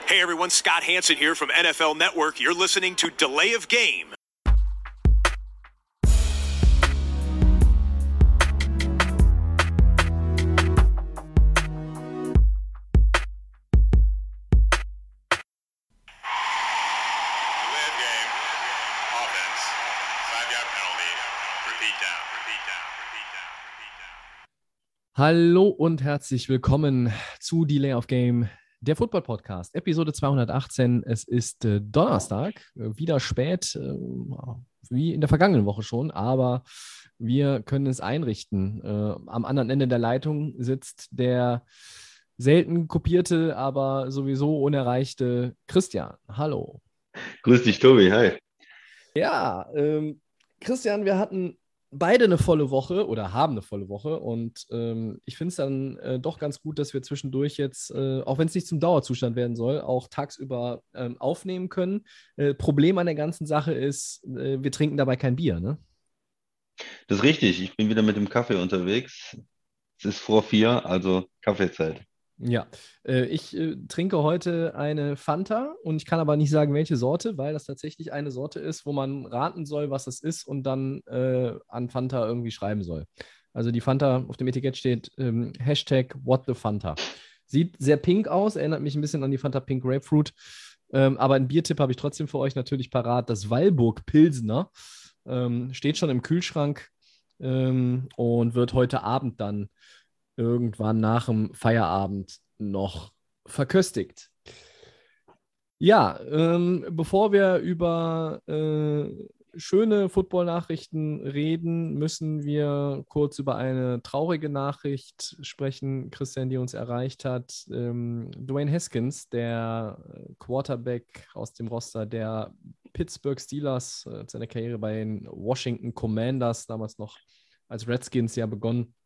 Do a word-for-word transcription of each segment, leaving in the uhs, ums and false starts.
Hey everyone, Scott Hansen here from N F L Network. You're listening to Delay of Game. Hallo und herzlich willkommen zu Delay of Game, der Football-Podcast, Episode zweihundertachtzehn. Es ist äh, Donnerstag, äh, wieder spät, äh, wie in der vergangenen Woche schon, aber wir können es einrichten. Äh, am anderen Ende der Leitung sitzt der selten kopierte, aber sowieso unerreichte Christian. Hallo. Grüß dich, Tobi. Hi. Ja, ähm, Christian, wir hatten beide eine volle Woche oder haben eine volle Woche und ähm, ich finde es dann äh, doch ganz gut, dass wir zwischendurch jetzt, äh, auch wenn es nicht zum Dauerzustand werden soll, auch tagsüber ähm, aufnehmen können. Äh, Problem an der ganzen Sache ist, äh, wir trinken dabei kein Bier, ne? Das ist richtig. Ich bin wieder mit dem Kaffee unterwegs. Es ist vor vier, also Kaffeezeit. Ja, äh, ich äh, trinke heute eine Fanta und ich kann aber nicht sagen, welche Sorte, weil das tatsächlich eine Sorte ist, wo man raten soll, was es ist und dann äh, an Fanta irgendwie schreiben soll. Also die Fanta auf dem Etikett steht ähm, Hashtag What the Fanta. Sieht sehr pink aus, erinnert mich ein bisschen an die Fanta Pink Grapefruit. Ähm, aber einen Biertipp habe ich trotzdem für euch natürlich parat. Das Walburg Pilsner ähm, steht schon im Kühlschrank ähm, und wird heute Abend dann irgendwann nach dem Feierabend noch verköstigt. Ja, ähm, bevor wir über äh, schöne Football-Nachrichten reden, müssen wir kurz über eine traurige Nachricht sprechen, Christian, die uns erreicht hat. Ähm, Dwayne Haskins, der Quarterback aus dem Roster der Pittsburgh Steelers, äh, seine Karriere bei den Washington Commanders, damals noch als Redskins ja begonnen,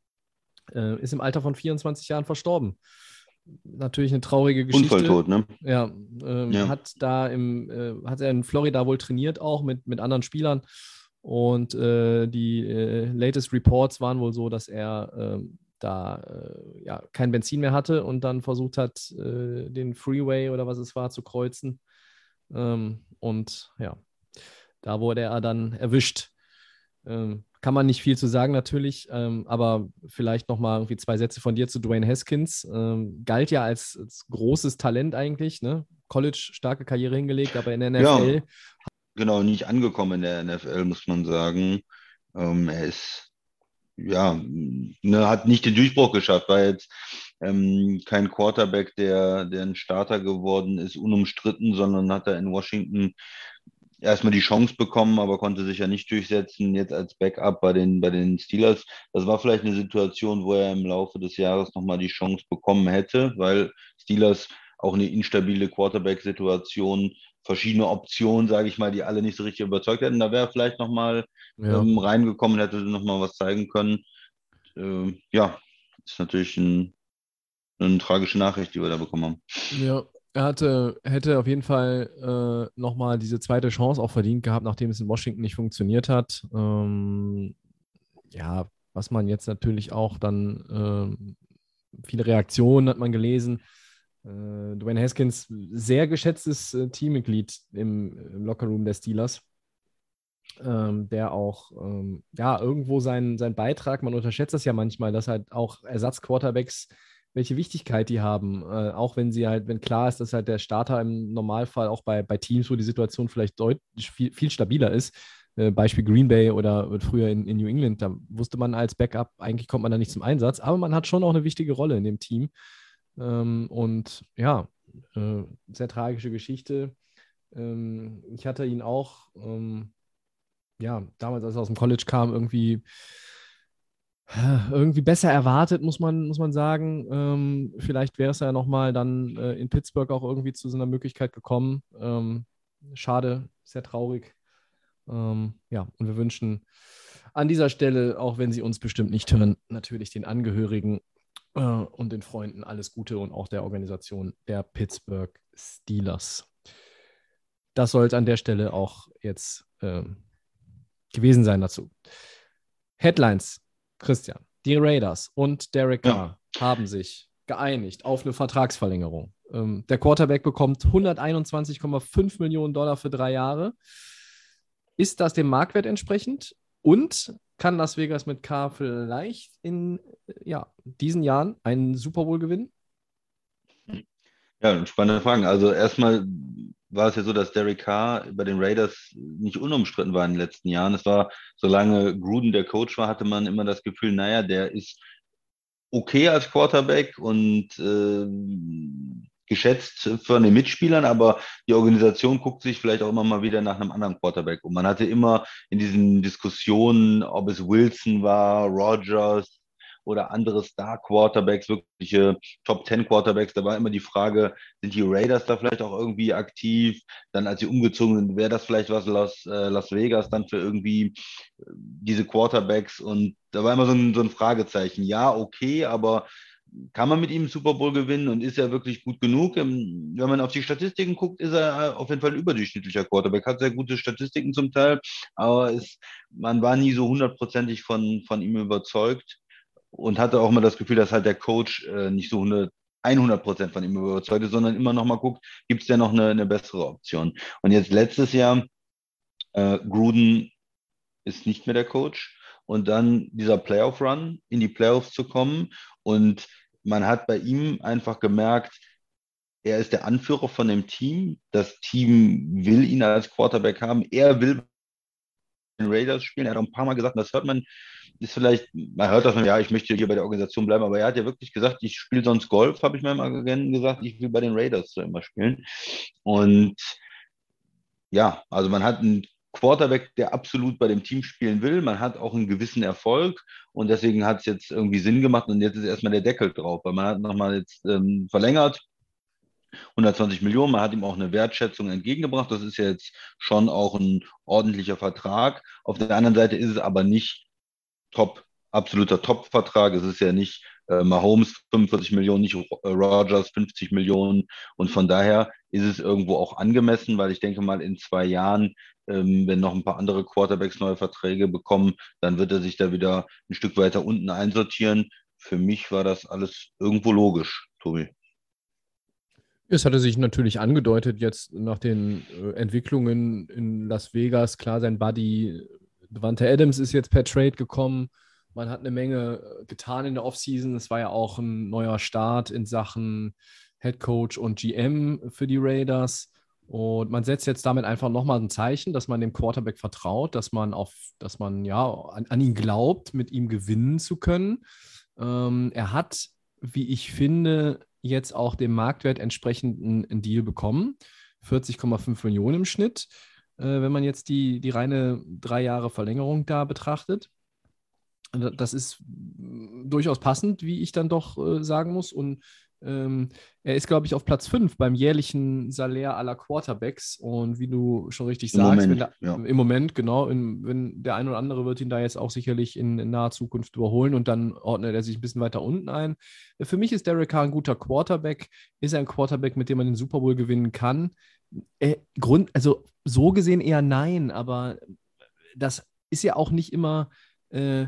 äh, ist im Alter von vierundzwanzig Jahren verstorben. Natürlich eine traurige Geschichte. Unfalltot, ne? Ja, ähm, Ja. hat da im, äh, hat er in Florida wohl trainiert auch mit, mit anderen Spielern und äh, die äh, latest Reports waren wohl so, dass er äh, da äh, ja, kein Benzin mehr hatte und dann versucht hat, äh, den Freeway oder was es war zu kreuzen. Ähm, und ja, da wurde er dann erwischt. Ähm, kann man nicht viel zu sagen natürlich, ähm, aber vielleicht nochmal irgendwie zwei Sätze von dir zu Dwayne Haskins. Ähm, galt ja als, als großes Talent eigentlich, ne? College starke Karriere hingelegt, aber in der N F L. Ja, genau, nicht angekommen in der N F L, muss man sagen. Ähm, er ist, ja, ne, hat nicht den Durchbruch geschafft, war jetzt ähm, kein Quarterback, der, der ein Starter geworden ist, unumstritten, sondern hat er in Washington erstmal die Chance bekommen, aber konnte sich ja nicht durchsetzen, jetzt als Backup bei den, bei den Steelers. Das war vielleicht eine Situation, wo er im Laufe des Jahres nochmal die Chance bekommen hätte, weil Steelers auch eine instabile Quarterback-Situation, verschiedene Optionen, sage ich mal, die alle nicht so richtig überzeugt hätten. Da wäre er vielleicht nochmal Ja. ähm, reingekommen, hätte nochmal was zeigen können. Ähm, ja, ist natürlich ein, eine tragische Nachricht, die wir da bekommen haben. Ja, er hatte, hätte auf jeden Fall äh, nochmal diese zweite Chance auch verdient gehabt, nachdem es in Washington nicht funktioniert hat. Ähm, ja, was man jetzt natürlich auch dann, ähm, viele Reaktionen hat man gelesen. Äh, Dwayne Haskins, sehr geschätztes äh, Teammitglied im, im Lockerroom der Steelers, ähm, der auch ähm, ja, irgendwo seinen, seinen Beitrag, man unterschätzt das ja manchmal, dass halt auch Ersatzquarterbacks, welche Wichtigkeit die haben, äh, auch wenn sie halt, wenn klar ist, dass halt der Starter im Normalfall auch bei, bei Teams, wo die Situation vielleicht deutlich viel, viel stabiler ist, äh, Beispiel Green Bay oder früher in, in New England, da wusste man als Backup, eigentlich kommt man da nicht zum Einsatz, aber man hat schon auch eine wichtige Rolle in dem Team. Ähm, und ja, äh, sehr tragische Geschichte. Ähm, ich hatte ihn auch, ähm, ja, damals, als er aus dem College kam, irgendwie irgendwie besser erwartet, muss man, muss man sagen. Ähm, vielleicht wäre es ja nochmal dann äh, in Pittsburgh auch irgendwie zu so einer Möglichkeit gekommen. Ähm, schade, sehr traurig. Ähm, ja, und wir wünschen an dieser Stelle, auch wenn Sie uns bestimmt nicht hören, natürlich den Angehörigen äh, und den Freunden alles Gute und auch der Organisation der Pittsburgh Steelers. Das soll es an der Stelle auch jetzt äh, gewesen sein dazu. Headlines. Christian, die Raiders und Derek Carr Ja. haben sich geeinigt auf eine Vertragsverlängerung. Ähm, der Quarterback bekommt hunderteinundzwanzig Komma fünf Millionen Dollar für drei Jahre. Ist das dem Marktwert entsprechend? Und kann Las Vegas mit Carr vielleicht in ja, diesen Jahren einen Super Bowl gewinnen? Ja, spannende Fragen. Also erstmal war es ja so, dass Derek Carr bei den Raiders nicht unumstritten war in den letzten Jahren. Es war, solange Gruden der Coach war, hatte man immer das Gefühl, naja, der ist okay als Quarterback und äh, geschätzt von den Mitspielern, aber die Organisation guckt sich vielleicht auch immer mal wieder nach einem anderen Quarterback um. Man hatte immer in diesen Diskussionen, ob es Wilson war, Rodgers oder andere Star-Quarterbacks, wirkliche Top-Ten-Quarterbacks, da war immer die Frage, sind die Raiders da vielleicht auch irgendwie aktiv? Dann, als sie umgezogen sind, wäre das vielleicht was Las, äh, Las Vegas dann für irgendwie äh, diese Quarterbacks? Und da war immer so ein, so ein Fragezeichen. Ja, okay, aber kann man mit ihm einen Super Bowl gewinnen und ist er wirklich gut genug? Ähm, Wenn man auf die Statistiken guckt, ist er auf jeden Fall ein überdurchschnittlicher Quarterback, hat sehr gute Statistiken zum Teil, aber ist, man war nie so hundertprozentig von, von ihm überzeugt und hatte auch immer das Gefühl, dass halt der Coach äh, nicht so hundert hundert Prozent von ihm überzeugt ist, sondern immer noch mal guckt, gibt es denn noch eine, eine bessere Option? Und jetzt letztes Jahr, äh, Gruden ist nicht mehr der Coach und dann dieser Playoff-Run, in die Playoffs zu kommen und man hat bei ihm einfach gemerkt, er ist der Anführer von dem Team, das Team will ihn als Quarterback haben, er will bei den Raiders spielen, er hat auch ein paar Mal gesagt, und das hört man, ist vielleicht, man hört das, ja, ich möchte hier bei der Organisation bleiben, aber er hat ja wirklich gesagt, ich spiele sonst Golf, habe ich meinem Agenten gesagt, ich will bei den Raiders so immer spielen. Und ja, also man hat einen Quarterback, der absolut bei dem Team spielen will. Man hat auch einen gewissen Erfolg und deswegen hat es jetzt irgendwie Sinn gemacht und jetzt ist erstmal der Deckel drauf, weil man hat nochmal jetzt ähm, verlängert, hundertzwanzig Millionen, man hat ihm auch eine Wertschätzung entgegengebracht. Das ist ja jetzt schon auch ein ordentlicher Vertrag. Auf der anderen Seite ist es aber nicht Top, absoluter Top-Vertrag. Es ist ja nicht äh, Mahomes fünfundvierzig Millionen, nicht äh, Rodgers fünfzig Millionen. Und von daher ist es irgendwo auch angemessen, weil ich denke mal, in zwei Jahren, ähm, wenn noch ein paar andere Quarterbacks neue Verträge bekommen, dann wird er sich da wieder ein Stück weiter unten einsortieren. Für mich war das alles irgendwo logisch, Tobi. Es hatte sich natürlich angedeutet, jetzt nach den äh, Entwicklungen in Las Vegas, klar, sein Buddy Davante Adams ist jetzt per Trade gekommen. Man hat eine Menge äh, getan in der Offseason. Es war ja auch ein neuer Start in Sachen Head Coach und G M für die Raiders. Und man setzt jetzt damit einfach nochmal ein Zeichen, dass man dem Quarterback vertraut, dass man auf, dass man ja an, an ihn glaubt, mit ihm gewinnen zu können. Ähm, er hat, wie ich finde, jetzt auch dem Marktwert entsprechend einen Deal bekommen. vierzig Komma fünf Millionen im Schnitt, äh, wenn man jetzt die, die reine drei Jahre Verlängerung da betrachtet. Das ist durchaus passend, wie ich dann doch äh, sagen muss. Und ähm, er ist, glaube ich, auf Platz fünf beim jährlichen Salär aller Quarterbacks. Und wie du schon richtig Im sagst, Moment, wenn da, ja. im Moment, genau, in, wenn der ein oder andere wird ihn da jetzt auch sicherlich in, in naher Zukunft überholen und dann ordnet er sich ein bisschen weiter unten ein. Für mich ist Derek Carr ein guter Quarterback, ist ein Quarterback, mit dem man den Super Bowl gewinnen kann. Äh, Grund, also so gesehen eher nein, aber das ist ja auch nicht immer. Äh,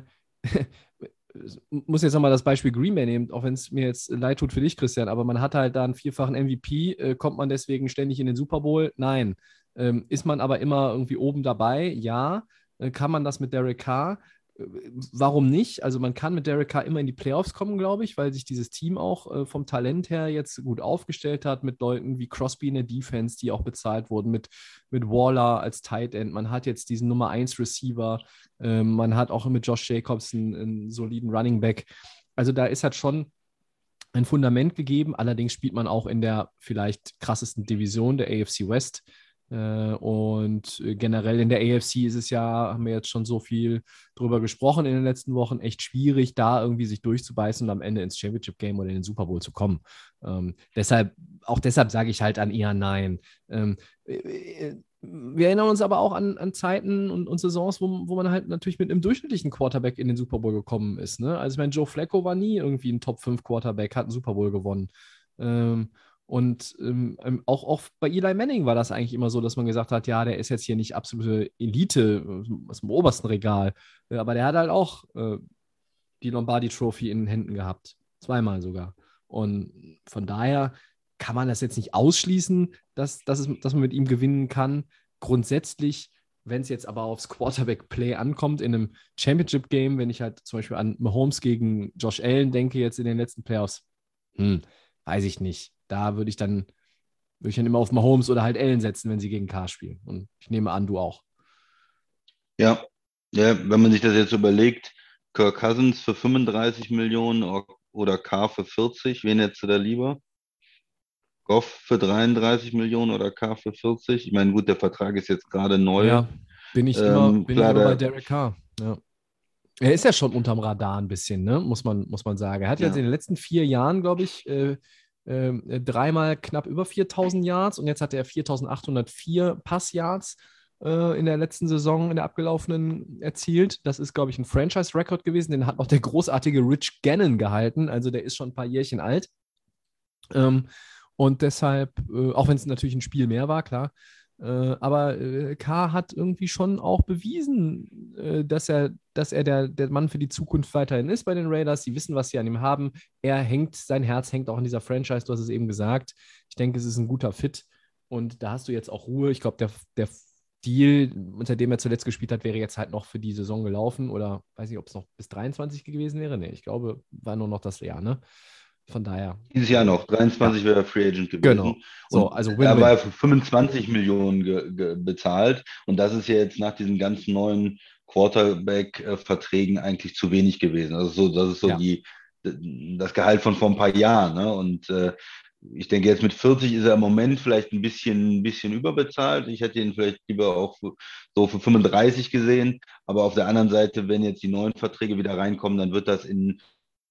muss jetzt nochmal das Beispiel Green Bay nehmen, auch wenn es mir jetzt leid tut für dich, Christian, aber man hat halt da einen vierfachen M V P, äh, kommt man deswegen ständig in den Super Bowl? Nein. Ähm, ist man aber immer irgendwie oben dabei? Ja. Äh, kann man das mit Derek Carr? Äh, warum nicht? Also man kann mit Derek Carr immer in die Playoffs kommen, glaube ich, weil sich dieses Team auch äh, vom Talent her jetzt gut aufgestellt hat mit Leuten wie Crosby in der Defense, die auch bezahlt wurden, mit, mit Waller als Tight End. Man hat jetzt diesen Nummer eins Receiver. Ähm, man hat auch mit Josh Jacobs einen, einen soliden Running Back. Also da ist halt schon ein Fundament gegeben. Allerdings spielt man auch in der vielleicht krassesten Division der A F C West. Äh, und generell in der A F C ist es ja, haben wir jetzt schon so viel drüber gesprochen in den letzten Wochen, echt schwierig, da irgendwie sich durchzubeißen und am Ende ins Championship Game oder in den Super Bowl zu kommen. Ähm, deshalb, auch deshalb sage ich halt an eher nein. Ähm, äh, wir erinnern uns aber auch an, an Zeiten und, und Saisons, wo, wo man halt natürlich mit einem durchschnittlichen Quarterback in den Super Bowl gekommen ist. Ne? Also ich meine, Joe Flacco war nie irgendwie ein Top fünf Quarterback, hat einen Super Bowl gewonnen. Ähm, Und ähm, auch, auch bei Eli Manning war das eigentlich immer so, dass man gesagt hat, ja, der ist jetzt hier nicht absolute Elite aus dem obersten Regal, aber der hat halt auch äh, die Lombardi Trophy in den Händen gehabt. Zweimal sogar. Und von daher kann man das jetzt nicht ausschließen, dass, dass, es, dass man mit ihm gewinnen kann. Grundsätzlich, wenn es jetzt aber aufs Quarterback-Play ankommt in einem Championship-Game, wenn ich halt zum Beispiel an Mahomes gegen Josh Allen denke, jetzt in den letzten Playoffs, hm, weiß ich nicht. Da würde ich dann, würde ich dann immer auf Mahomes oder halt Allen setzen, wenn sie gegen Carr spielen. Und ich nehme an, du auch. Ja, ja, wenn man sich das jetzt überlegt, Kirk Cousins für fünfunddreißig Millionen o- oder Carr für vierzig, wen hättest du da lieber? Goff für dreiunddreißig Millionen oder Carr für vierzig? Ich meine, gut, der Vertrag ist jetzt gerade neu. Ja, bin ich immer, Ähm, bin ich klar, immer bei da, Derek Carr. Ja. Er ist ja schon unterm Radar ein bisschen, ne? Muss man, muss man sagen. Er hat jetzt ja. in den letzten vier Jahren, glaube ich, äh, äh, dreimal knapp über viertausend Yards und jetzt hat er viertausendachthundertvier Passyards äh, in der letzten Saison, in der abgelaufenen, erzielt. Das ist, glaube ich, ein Franchise-Record gewesen. Den hat noch der großartige Rich Gannon gehalten. Also der ist schon ein paar Jährchen alt. Ähm, und deshalb, äh, auch wenn es natürlich ein Spiel mehr war, klar, äh, aber äh, K hat irgendwie schon auch bewiesen, äh, dass er, dass er der, der Mann für die Zukunft weiterhin ist bei den Raiders. Sie wissen, was sie an ihm haben. Er hängt, sein Herz hängt auch in dieser Franchise, du hast es eben gesagt. Ich denke, es ist ein guter Fit und da hast du jetzt auch Ruhe. Ich glaube, der, der Deal, unter dem er zuletzt gespielt hat, wäre jetzt halt noch für die Saison gelaufen oder weiß nicht, ob es noch bis dreiundzwanzig gewesen wäre. Nee, ich glaube, war nur noch das Jahr, ne? Von daher. Dieses Jahr noch. Ja, dreiundzwanzig wäre er Free Agent genau. gewesen. So, Und also er war Win-Win. ja für fünfundzwanzig Millionen ge ge bezahlt. Und das ist ja jetzt nach diesen ganzen neuen Quarterback-Verträgen eigentlich zu wenig gewesen. Also so, das ist so Ja. die, das Gehalt von vor ein paar Jahren. Ne? Und äh, ich denke, jetzt mit vierzig ist er im Moment vielleicht ein bisschen, ein bisschen überbezahlt. Ich hätte ihn vielleicht lieber auch für, so für fünfunddreißig gesehen. Aber auf der anderen Seite, wenn jetzt die neuen Verträge wieder reinkommen, dann wird das in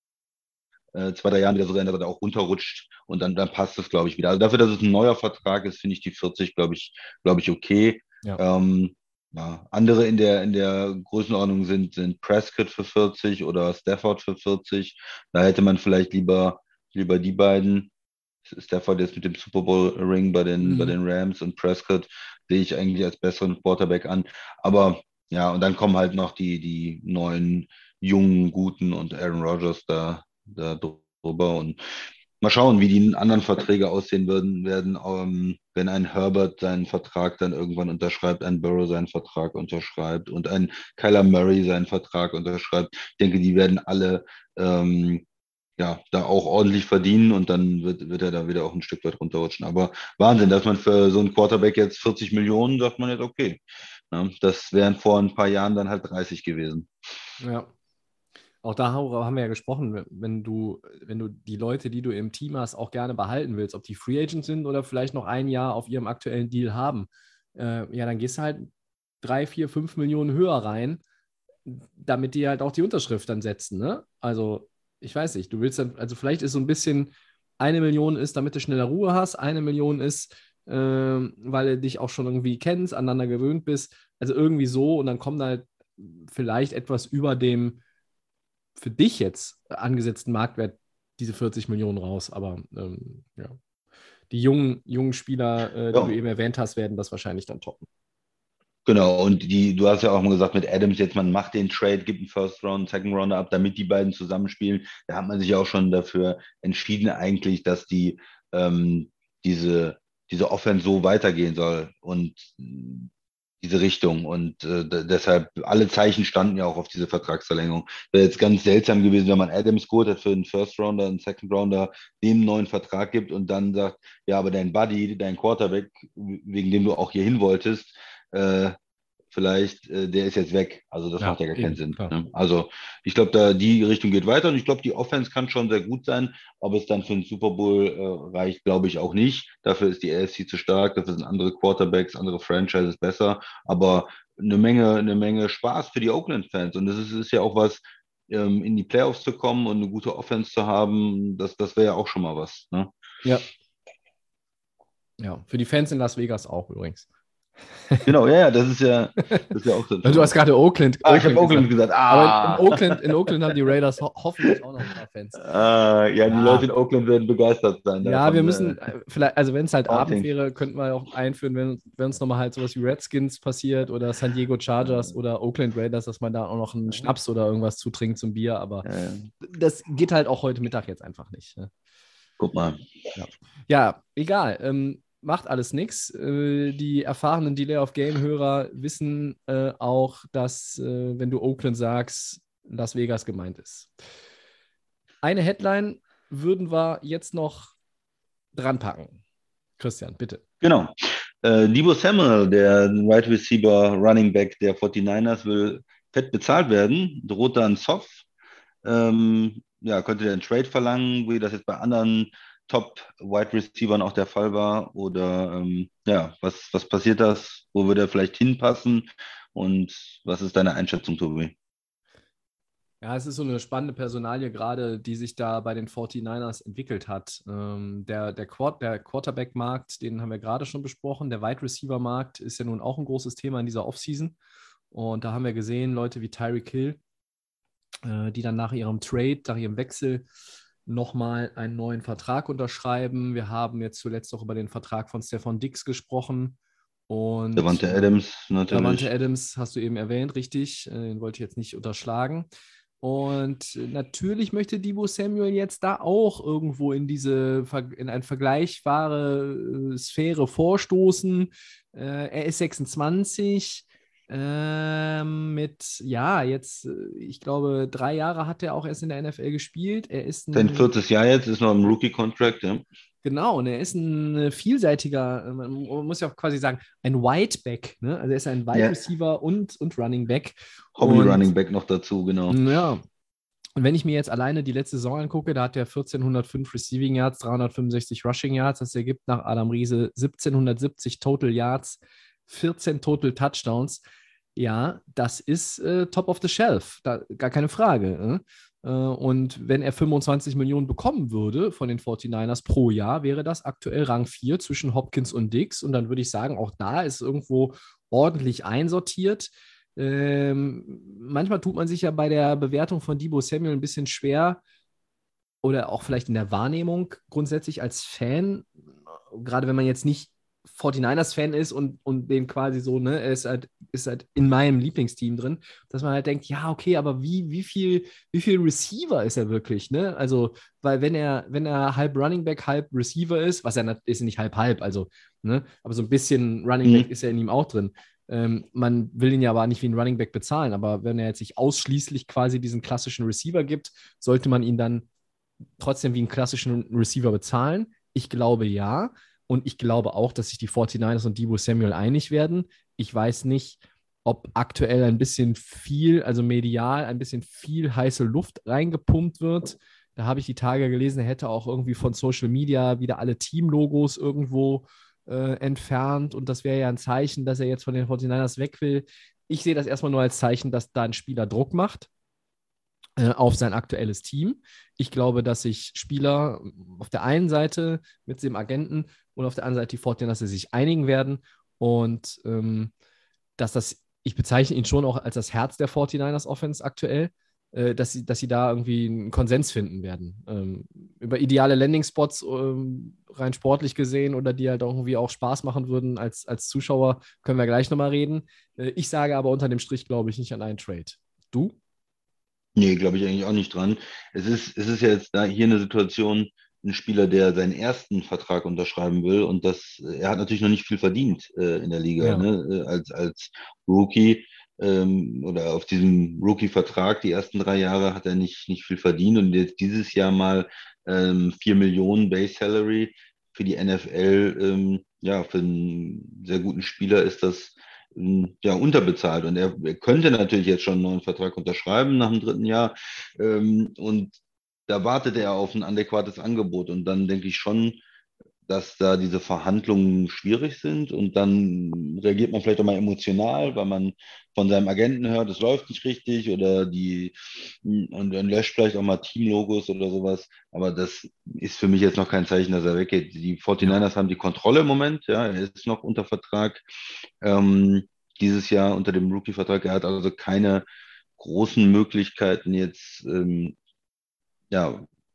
äh, zwei, drei Jahren wieder so sein, dass er da auch runterrutscht und dann, dann passt das, glaube ich, wieder. Also dafür, dass es ein neuer Vertrag ist, finde ich die vierzig, glaube ich, glaube ich, okay. Ja. Ähm, ja, andere in der, in der Größenordnung sind, sind Prescott für vierzig oder Stafford für vierzig. Da hätte man vielleicht lieber, lieber die beiden. Stafford jetzt mit dem Super Bowl Ring bei den, bei Mhm. den Rams und Prescott sehe ich eigentlich als besseren Quarterback an. Aber ja, und dann kommen halt noch die, die neuen jungen, guten und Aaron Rodgers da, da drüber. Und mal schauen, wie die anderen Verträge aussehen würden, werden, ähm, wenn ein Herbert seinen Vertrag dann irgendwann unterschreibt, ein Burrow seinen Vertrag unterschreibt und ein Kyler Murray seinen Vertrag unterschreibt. Ich denke, die werden alle ähm, ja, da auch ordentlich verdienen und dann wird, wird er da wieder auch ein Stück weit runterrutschen. Aber Wahnsinn, dass man für so einen Quarterback jetzt vierzig Millionen, sagt man jetzt, okay. Ja, das wären vor ein paar Jahren dann halt dreißig gewesen. Ja. Auch da haben wir ja gesprochen, wenn du, wenn du die Leute, die du im Team hast, auch gerne behalten willst, ob die Free Agents sind oder vielleicht noch ein Jahr auf ihrem aktuellen Deal haben, äh, ja, dann gehst du halt drei, vier, fünf Millionen höher rein, damit die halt auch die Unterschrift dann setzen, ne? Also, ich weiß nicht, du willst dann, also vielleicht ist so ein bisschen, eine Million ist, damit du schneller Ruhe hast, eine Million ist, äh, weil du dich auch schon irgendwie kennst, aneinander gewöhnt bist, also irgendwie so und dann kommt halt vielleicht etwas über dem für dich jetzt angesetzten Marktwert diese vierzig Millionen raus. Aber ähm, ja, die jungen, jungen Spieler, äh, die Ja, du eben erwähnt hast, werden das wahrscheinlich dann toppen. genau. Und die, du hast ja auch mal gesagt, mit Adams jetzt, man macht den Trade, gibt einen First Round, Second Rounder ab, damit die beiden zusammenspielen. Da hat man sich ja auch schon dafür entschieden, eigentlich, dass die ähm, diese, diese Offense so weitergehen soll und diese Richtung. Und äh, d- deshalb, alle Zeichen standen ja auch auf diese Vertragsverlängerung. Wäre jetzt ganz seltsam gewesen, wenn man Adams geholt hat für einen First Rounder, einen Second Rounder, dem einen neuen Vertrag gibt und dann sagt, ja, aber dein Buddy, dein Quarterback, wegen dem du auch hier hin wolltest, äh, vielleicht, äh, der ist jetzt weg. Also das macht Ja, ja gar keinen eben, Sinn. klar. Ne? Also ich glaube, da die Richtung geht weiter und ich glaube, die Offense kann schon sehr gut sein. Ob es dann für den Super Bowl äh, reicht, glaube ich auch nicht. Dafür ist die A F C zu stark, dafür sind andere Quarterbacks, andere Franchises besser. Aber eine Menge, eine Menge Spaß für die Oakland-Fans. Und das ist, ist ja auch was, ähm, in die Playoffs zu kommen und eine gute Offense zu haben. Das, das wäre ja auch schon mal was. Ne? Ja. Ja, für die Fans in Las Vegas auch übrigens. Genau, ja, ja, das ist ja, das ist ja auch so. Du hast gerade Oakland, Ah, ich habe Oakland Oakland gesagt. gesagt. Aber in, in, Ah. Oakland, in Oakland haben die Raiders ho hoffentlich auch noch ein paar Fans. Äh, ja, die Ja. Leute in Oakland werden begeistert sein. Ja, davon, wir äh, müssen, äh, vielleicht, also wenn es halt Abend Haunting. wäre, könnten wir auch einführen, wenn, wenn uns nochmal halt sowas wie Redskins passiert oder San Diego Chargers oder Oakland Raiders, dass man da auch noch einen Schnaps oder irgendwas zutrinkt zum Bier, aber Äh, das geht halt auch heute Mittag jetzt einfach nicht. Ne? Guck mal. Ja, ja egal. Ähm, macht alles nichts. Äh, die erfahrenen Delay of Game-Hörer wissen äh, auch, dass, äh, wenn du Oakland sagst, Las Vegas gemeint ist. Eine Headline würden wir jetzt noch dran packen. Christian, bitte. Genau. Äh, Deebo Samuel, der Wide Receiver Running Back der forty-niners, will fett bezahlt werden, droht dann soft. Ähm, ja, könnte der einen Trade verlangen, wie das jetzt bei anderen Top-Wide Receivern auch der Fall war? Oder ähm, ja, was, was passiert das? Wo würde er vielleicht hinpassen? Und was ist deine Einschätzung, Tobi? Ja, es ist so eine spannende Personalie gerade, die sich da bei den forty-niners entwickelt hat. Ähm, der, der, Quart der Quarterback-Markt, den haben wir gerade schon besprochen. Der Wide Receiver-Markt ist ja nun auch ein großes Thema in dieser Offseason. Und da haben wir gesehen, Leute wie Tyreek Hill, äh, die dann nach ihrem Trade, nach ihrem Wechsel nochmal einen neuen Vertrag unterschreiben. Wir haben jetzt zuletzt auch über den Vertrag von Stefon Diggs gesprochen. Und Davante äh, Adams natürlich. Davante Adams hast du eben erwähnt, richtig. Äh, den wollte ich jetzt nicht unterschlagen. Und natürlich möchte Deebo Samuel jetzt da auch irgendwo in diese, in eine vergleichbare Sphäre vorstoßen. Äh, er ist sechsundzwanzig. Ähm, mit, ja, jetzt, ich glaube, drei Jahre hat er auch erst in der N F L gespielt. Er ist ein, Sein viertes Jahr jetzt, ist noch im Rookie-Contract, ja. Genau, und er ist ein vielseitiger, man muss ja quasi sagen, ein Wideback, ne? Also er ist ein Wide Ja. Receiver und, und Running Back. Hobby-Running Back noch dazu, genau. Ja. Und wenn ich mir jetzt alleine die letzte Saison angucke, da hat er vierzehnhundertfünf Receiving Yards, dreihundertfünfundsechzig Rushing Yards. Das ergibt nach Adam Riese siebzehnhundertsiebzig Total Yards, vierzehn Total Touchdowns. Ja, das ist äh, top of the shelf, da, gar keine Frage. Äh? Und wenn er fünfundzwanzig Millionen bekommen würde von den forty-niners pro Jahr, wäre das aktuell Rang vier zwischen Hopkins und Diggs. Und dann würde ich sagen, auch da ist irgendwo ordentlich einsortiert. Ähm, manchmal tut man sich ja bei der Bewertung von Deebo Samuel ein bisschen schwer oder auch vielleicht in der Wahrnehmung grundsätzlich als Fan, gerade wenn man jetzt nicht forty-niners-Fan ist und, und den quasi so, ne, er ist halt, ist halt in meinem Lieblingsteam drin, dass man halt denkt, ja, okay, aber wie, wie viel, wie viel Receiver ist er wirklich, ne? Also, weil wenn er, wenn er halb Running Back, halb Receiver ist, was er ist nicht halb halb, also, ne, aber so ein bisschen Running Back mhm. ist ja in ihm auch drin. Ähm, man will ihn ja aber nicht wie ein Running Back bezahlen, aber wenn er jetzt nicht ausschließlich quasi diesen klassischen Receiver gibt, sollte man ihn dann trotzdem wie einen klassischen Receiver bezahlen? Ich glaube ja. Und ich glaube auch, dass sich die forty-niners und Deebo Samuel einig werden. Ich weiß nicht, ob aktuell ein bisschen viel, also medial, ein bisschen viel heiße Luft reingepumpt wird. Da habe ich die Tage gelesen, er hätte auch irgendwie von Social Media wieder alle Teamlogos irgendwo äh, entfernt. Und das wäre ja ein Zeichen, dass er jetzt von den forty-niners weg will. Ich sehe das erstmal nur als Zeichen, dass da ein Spieler Druck macht auf sein aktuelles Team. Ich glaube, dass sich Spieler auf der einen Seite mit dem Agenten und auf der anderen Seite die forty-niners sich einigen werden und ähm, dass das, ich bezeichne ihn schon auch als das Herz der forty-niners Offense aktuell, äh, dass, sie, dass sie da irgendwie einen Konsens finden werden. Ähm, über ideale Landing-Spots ähm, rein sportlich gesehen oder die halt irgendwie auch Spaß machen würden als, als Zuschauer, können wir gleich nochmal reden. Äh, ich sage aber unter dem Strich, glaube ich, nicht an einen Trade. Du? Nee, glaube ich eigentlich auch nicht dran. Es ist, es ist ja jetzt da hier eine Situation, ein Spieler, der seinen ersten Vertrag unterschreiben will und das, er hat natürlich noch nicht viel verdient äh, in der Liga, Ja. ne? Als, als Rookie ähm, oder auf diesem Rookie-Vertrag, die ersten drei Jahre hat er nicht, nicht viel verdient und jetzt dieses Jahr mal ähm, vier Millionen Base Salary für die N F L, ähm, ja, für einen sehr guten Spieler ist das ja, unterbezahlt. Und er, er könnte natürlich jetzt schon einen neuen Vertrag unterschreiben nach dem dritten Jahr. Ähm, und da wartet er auf ein adäquates Angebot. Und dann denke ich schon, dass da diese Verhandlungen schwierig sind. Und dann reagiert man vielleicht auch mal emotional, weil man von seinem Agenten hört, es läuft nicht richtig oder die, und dann löscht vielleicht auch mal Teamlogos oder sowas. Aber das ist für mich jetzt noch kein Zeichen, dass er weggeht. Die forty-niners haben die Kontrolle im Moment. Ja, er ist noch unter Vertrag. Ähm, dieses Jahr unter dem Rookie-Vertrag. Er hat also keine großen Möglichkeiten jetzt, ähm, ja,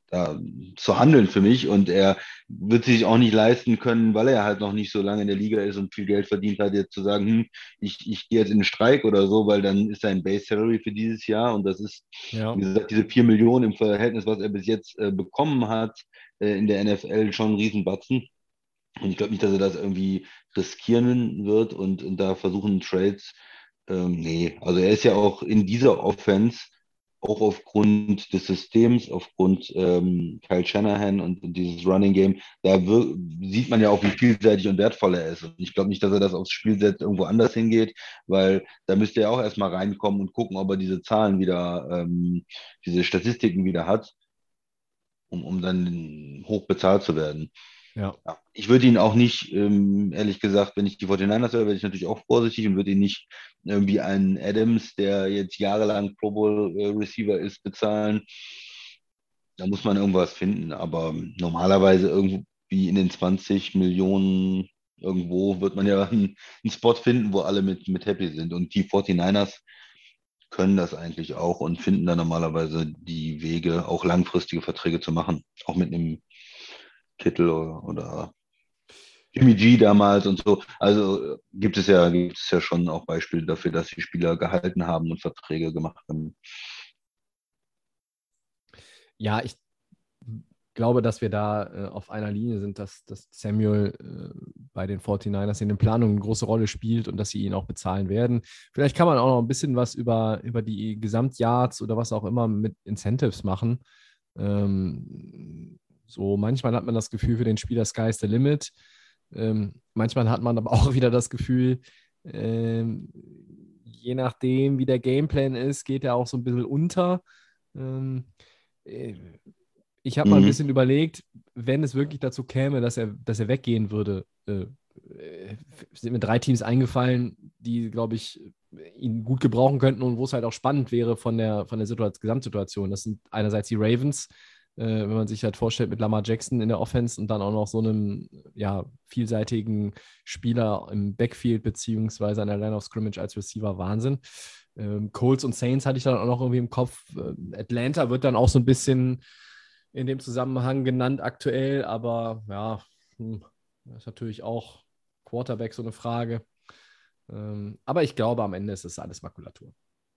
da zu handeln für mich und er wird sich auch nicht leisten können, weil er halt noch nicht so lange in der Liga ist und viel Geld verdient hat, jetzt zu sagen, hm, ich, ich gehe jetzt in den Streik oder so, weil dann ist sein Base Salary für dieses Jahr und das ist, Ja. wie gesagt, diese vier Millionen im Verhältnis, was er bis jetzt äh, bekommen hat äh, in der N F L, schon ein Riesenbatzen. Und ich glaube nicht, dass er das irgendwie riskieren wird und, und da versuchen Trades. Ähm, nee, also er ist ja auch in dieser Offense, auch aufgrund des Systems, aufgrund ähm, Kyle Shanahan und, und dieses Running Game, da wir, sieht man ja auch, wie vielseitig und wertvoll er ist. Und ich glaube nicht, dass er das aufs Spiel setzt, irgendwo anders hingeht, weil da müsste er auch erstmal reinkommen und gucken, ob er diese Zahlen wieder, ähm, diese Statistiken wieder hat, um, um dann hoch bezahlt zu werden. Ja. Ja, ich würde ihn auch nicht, ähm, ehrlich gesagt, wenn ich die forty-niners wäre, wäre ich natürlich auch vorsichtig und würde ihn nicht irgendwie einen Adams, der jetzt jahrelang Pro Bowl äh, Receiver ist, bezahlen. Da muss man irgendwas finden, aber normalerweise irgendwie in den zwanzig Millionen irgendwo wird man ja einen, einen Spot finden, wo alle mit, mit happy sind. Und die forty-niners können das eigentlich auch und finden dann normalerweise die Wege, auch langfristige Verträge zu machen, auch mit einem Kittel oder, oder Jimmy G damals und so. Also äh, gibt es ja, gibt es ja schon auch Beispiele dafür, dass die Spieler gehalten haben und Verträge gemacht haben. Ja, ich glaube, dass wir da äh, auf einer Linie sind, dass, dass Samuel äh, bei den forty-niners in den Planungen eine große Rolle spielt und dass sie ihn auch bezahlen werden. Vielleicht kann man auch noch ein bisschen was über, über die Gesamtyards oder was auch immer mit Incentives machen. Ähm, so manchmal hat man das Gefühl für den Spieler, Sky's the limit. Ähm, manchmal hat man aber auch wieder das Gefühl, ähm, je nachdem, wie der Gameplan ist, geht er auch so ein bisschen unter. Ähm, äh, ich habe mal ein Mhm. bisschen überlegt, wenn es wirklich dazu käme, dass er, dass er weggehen würde, äh, äh, sind mir drei Teams eingefallen, die, glaube ich, ihn gut gebrauchen könnten und wo es halt auch spannend wäre von der, von der Situation, Gesamtsituation. Das sind einerseits die Ravens, äh, wenn man sich halt vorstellt mit Lamar Jackson in der Offense und dann auch noch so einem ja, vielseitigen Spieler im Backfield beziehungsweise an der Line of Scrimmage als Receiver. Wahnsinn. Ähm, Colts und Saints hatte ich dann auch noch irgendwie im Kopf. Äh, Atlanta wird dann auch so ein bisschen in dem Zusammenhang genannt aktuell, aber ja, hm, das ist natürlich auch Quarterback so eine Frage. Ähm, aber ich glaube, am Ende ist es alles Makulatur.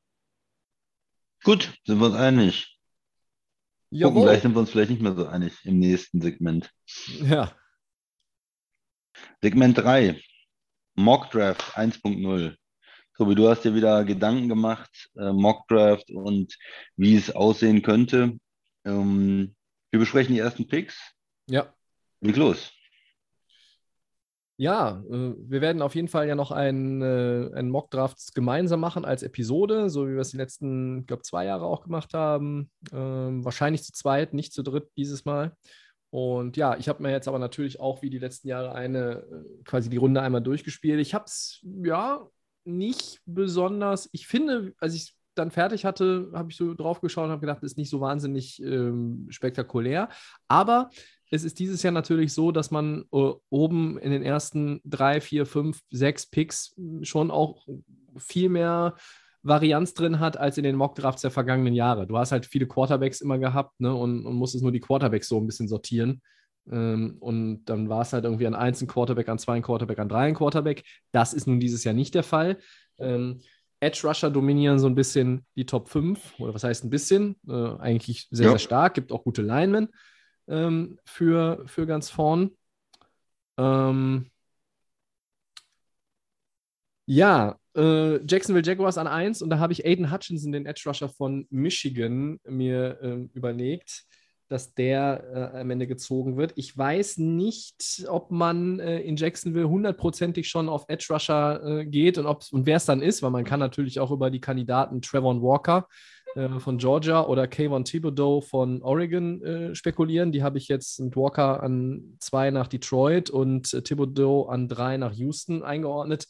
Gut, sind wir uns einig. Gucken, Jawohl. gleich sind wir uns vielleicht nicht mehr so einig im nächsten Segment. Ja. Segment drei, Mock Draft eins Punkt null. Tobi, du hast dir wieder Gedanken gemacht, äh, Mock Draft und wie es aussehen könnte. Ähm, wir besprechen die ersten Picks. Ja. Leg los. Ja, äh, wir werden auf jeden Fall ja noch einen, äh, einen Mock-Draft gemeinsam machen als Episode, so wie wir es die letzten, ich glaube, zwei Jahre auch gemacht haben. Ähm, wahrscheinlich zu zweit, nicht zu dritt dieses Mal. Und ja, ich habe mir jetzt aber natürlich auch wie die letzten Jahre eine, äh, quasi die Runde einmal durchgespielt. Ich habe es, ja, nicht besonders, ich finde, als ich es dann fertig hatte, habe ich so drauf geschaut und habe gedacht, das ist nicht so wahnsinnig ähm, spektakulär. Aber es ist dieses Jahr natürlich so, dass man äh, oben in den ersten drei, vier, fünf, sechs Picks schon auch viel mehr Varianz drin hat als in den Mock-Drafts der vergangenen Jahre. Du hast halt viele Quarterbacks immer gehabt, ne, und, und musstest nur die Quarterbacks so ein bisschen sortieren. Ähm, und dann war es halt irgendwie an eins ein Quarterback, an zwei ein Quarterback, an drei ein Quarterback. Das ist nun dieses Jahr nicht der Fall. Ähm, Edge Rusher dominieren so ein bisschen die Top fünf, oder was heißt ein bisschen? Äh, eigentlich sehr, Ja. sehr stark, gibt auch gute Linemen ähm, für, für ganz vorn. Ähm, ja, äh, Jacksonville Jaguars an eins und da habe ich Aiden Hutchinson, den Edge Rusher von Michigan, mir ähm, überlegt, dass der äh, am Ende gezogen wird. Ich weiß nicht, ob man äh, in Jacksonville hundertprozentig schon auf Edge Rusher äh, geht und, und wer es dann ist, weil man kann natürlich auch über die Kandidaten Trevon Walker äh, von Georgia oder Kayvon Thibodeau von Oregon äh, spekulieren. Die habe ich jetzt mit Walker an zwei nach Detroit und äh, Thibodeau an drei nach Houston eingeordnet.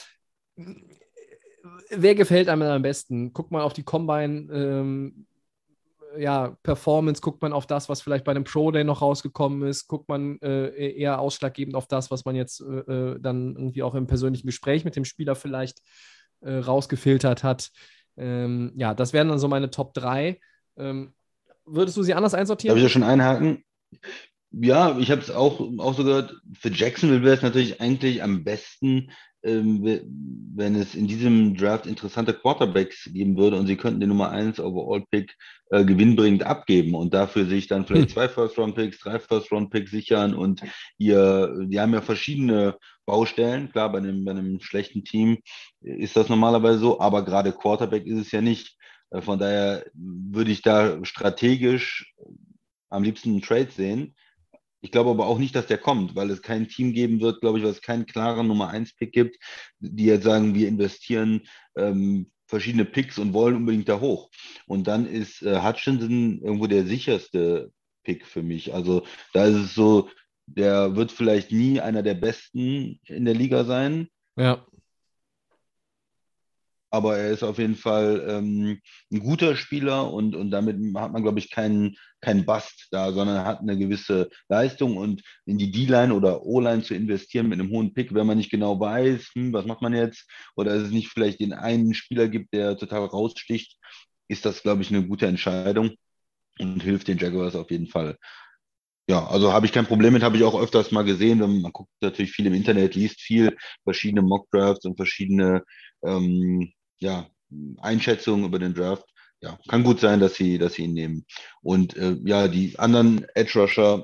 Wer gefällt einem am besten? Guckt man auf die Combine ähm, ja, Performance, guckt man auf das, was vielleicht bei einem Pro Day noch rausgekommen ist, guckt man äh, eher ausschlaggebend auf das, was man jetzt äh, dann irgendwie auch im persönlichen Gespräch mit dem Spieler vielleicht äh, rausgefiltert hat. Ähm, ja, das wären dann so meine Top drei. Ähm, würdest du sie anders Darf einsortieren? ich da schon einhaken? Ja, ich habe es auch, auch so gehört, für Jacksonville wäre es natürlich eigentlich am besten, ähm, we- wenn es in diesem Draft interessante Quarterbacks geben würde und sie könnten den Nummer eins Overall-Pick äh, gewinnbringend abgeben und dafür sich dann vielleicht Hm. zwei First-Round-Picks, drei First-Round-Picks sichern und ihr, die haben ja verschiedene Baustellen. Klar, bei einem, bei einem schlechten Team ist das normalerweise so, aber gerade Quarterback ist es ja nicht. Äh, Von daher würde ich da strategisch am liebsten einen Trade sehen. Ich glaube aber auch nicht, dass der kommt, weil es kein Team geben wird, glaube ich, was keinen klaren Nummer eins Pick gibt, die jetzt sagen, wir investieren ähm, verschiedene Picks und wollen unbedingt da hoch. Und dann ist äh, Hutchinson irgendwo der sicherste Pick für mich. Also da ist es so, der wird vielleicht nie einer der besten in der Liga sein, Ja. aber er ist auf jeden Fall ähm, ein guter Spieler und, und damit hat man, glaube ich, keinen keinen Bust da, sondern hat eine gewisse Leistung und in die D-Line oder O-Line zu investieren mit einem hohen Pick, wenn man nicht genau weiß, hm, was macht man jetzt, oder es nicht vielleicht den einen Spieler gibt, der total raussticht, ist das, glaube ich, eine gute Entscheidung und hilft den Jaguars auf jeden Fall. Ja, also habe ich kein Problem mit, habe ich auch öfters mal gesehen. Wenn man guckt natürlich viel im Internet, liest viel, verschiedene Mock-Drafts und verschiedene ähm, ja, Einschätzungen über den Draft. Ja, kann gut sein, dass sie, dass sie ihn nehmen. Und äh, ja, die anderen Edge Rusher,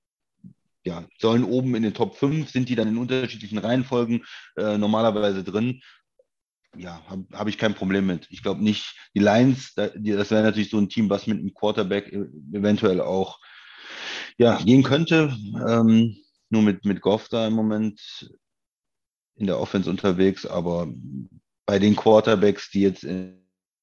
ja, sollen oben in den Top fünf, sind die dann in unterschiedlichen Reihenfolgen äh, normalerweise drin. Ja, habe hab ich kein Problem mit. Ich glaube nicht, die Lions, da, die, das wäre natürlich so ein Team, was mit einem Quarterback e- eventuell auch ja, gehen könnte. Ähm, nur mit, mit Goff da im Moment in der Offense unterwegs, aber bei den Quarterbacks, die jetzt in,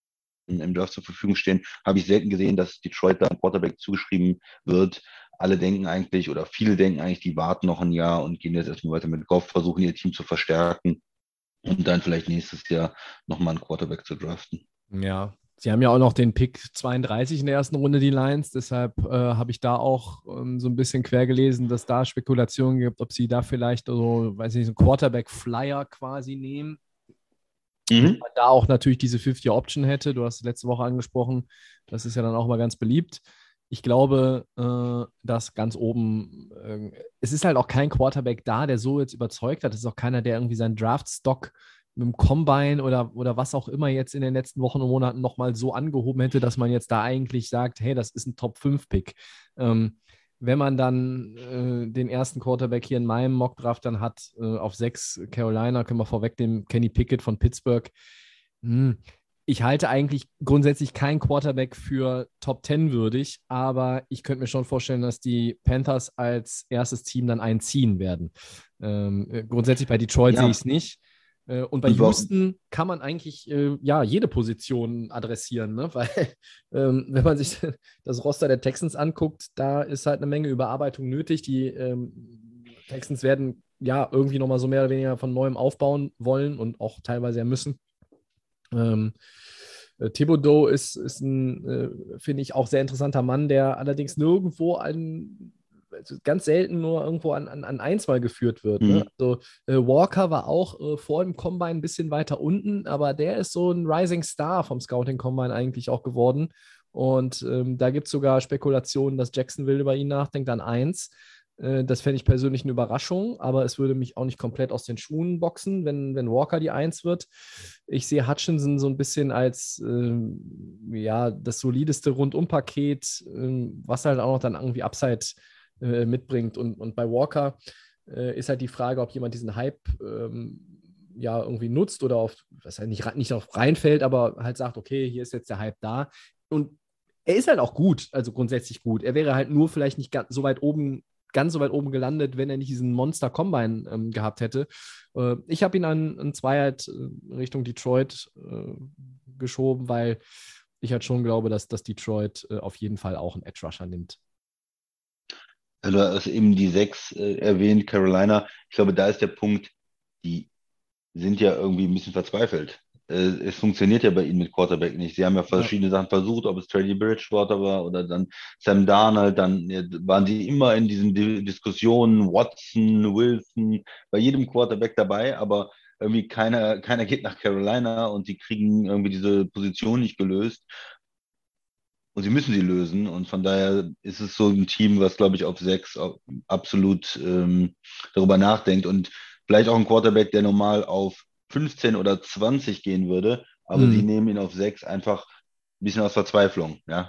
im Draft zur Verfügung stehen, habe ich selten gesehen, dass Detroit da ein Quarterback zugeschrieben wird. Alle denken eigentlich oder viele denken eigentlich, die warten noch ein Jahr und gehen jetzt erstmal weiter mit Goff, versuchen ihr Team zu verstärken und dann vielleicht nächstes Jahr nochmal einen Quarterback zu draften. Ja, sie haben ja auch noch den Pick zweiunddreißig in der ersten Runde, die Lions. Deshalb äh, habe ich da auch ähm, so ein bisschen quer gelesen, dass da Spekulationen gibt, ob sie da vielleicht so, weiß nicht, so einen Quarterback-Flyer quasi nehmen. Weil Mhm. man da auch natürlich diese fünfzig-Option hätte. Du hast es letzte Woche angesprochen. Das ist ja dann auch mal ganz beliebt. Ich glaube, äh, dass ganz oben, äh, es ist halt auch kein Quarterback da, der so jetzt überzeugt hat. Es ist auch keiner, der irgendwie seinen Draft-Stock mit dem Combine oder, oder was auch immer jetzt in den letzten Wochen und Monaten nochmal so angehoben hätte, dass man jetzt da eigentlich sagt, hey, das ist ein Top fünf Pick. Ähm, wenn man dann äh, den ersten Quarterback hier in meinem Mockdraft dann hat, äh, auf sechs Carolina, können wir vorwegnehmen, Kenny Pickett von Pittsburgh. Hm. Ich halte eigentlich grundsätzlich keinen Quarterback für Top zehn würdig, aber ich könnte mir schon vorstellen, dass die Panthers als erstes Team dann einen ziehen werden. Ähm, äh, grundsätzlich bei Detroit sehe ich Ja, es nicht. Äh, und bei und wa- Houston kann man eigentlich äh, ja jede Position adressieren, ne? Weil ähm, wenn man sich das Roster der Texans anguckt, da ist halt eine Menge Überarbeitung nötig. Die ähm, Texans werden ja irgendwie nochmal so mehr oder weniger von neuem aufbauen wollen und auch teilweise ja müssen. Ähm, äh, Thibodeau ist, ist ein, äh, finde ich, auch sehr interessanter Mann, der allerdings nirgendwo an, also ganz selten nur irgendwo an, an, an eins mal geführt wird. Ne? mhm. Also äh, Walker war auch äh, vor dem Combine ein bisschen weiter unten, aber der ist so ein Rising Star vom Scouting Combine eigentlich auch geworden. Und ähm, da gibt es sogar Spekulationen, dass Jacksonville über ihn nachdenkt an eins. Äh, Das fände ich persönlich eine Überraschung, aber es würde mich auch nicht komplett aus den Schuhen boxen, wenn, wenn Walker die Eins wird. Ich sehe Hutchinson so ein bisschen als ähm, ja, das solideste Rundumpaket, ähm, was halt auch noch dann irgendwie Upside äh, mitbringt. Und, und bei Walker äh, ist halt die Frage, ob jemand diesen Hype ähm, ja irgendwie nutzt oder auf, was halt nicht, nicht auf reinfällt, aber halt sagt, okay, hier ist jetzt der Hype da. Und er ist halt auch gut, also grundsätzlich gut. Er wäre halt nur vielleicht nicht ganz so weit oben ganz so weit oben gelandet, wenn er nicht diesen Monster-Combine ähm, gehabt hätte. Äh, ich habe ihn an, an zwei halt äh, Richtung Detroit äh, geschoben, weil ich halt schon glaube, dass, dass Detroit äh, auf jeden Fall auch einen Edge-Rusher nimmt. Also du hast eben die sechs äh, erwähnt, Carolina. Ich glaube, da ist der Punkt, die sind ja irgendwie ein bisschen verzweifelt. Äh, es funktioniert ja bei ihnen mit Quarterback nicht. Sie haben ja Ja. verschiedene Sachen versucht, ob es Teddy Bridgewater war oder dann Sam Darnold, dann äh, waren sie immer in diesen Di Diskussionen, Watson, Wilson, bei jedem Quarterback dabei, aber irgendwie keiner, keiner geht nach Carolina und die kriegen irgendwie diese Position nicht gelöst. und sie müssen sie lösen. Und von daher ist es so ein Team, was, glaube ich, auf sechs absolut ähm, darüber nachdenkt und vielleicht auch ein Quarterback, der normal auf fünfzehn oder zwanzig gehen würde, aber sie Hm. nehmen ihn auf sechs einfach ein bisschen aus Verzweiflung, ja.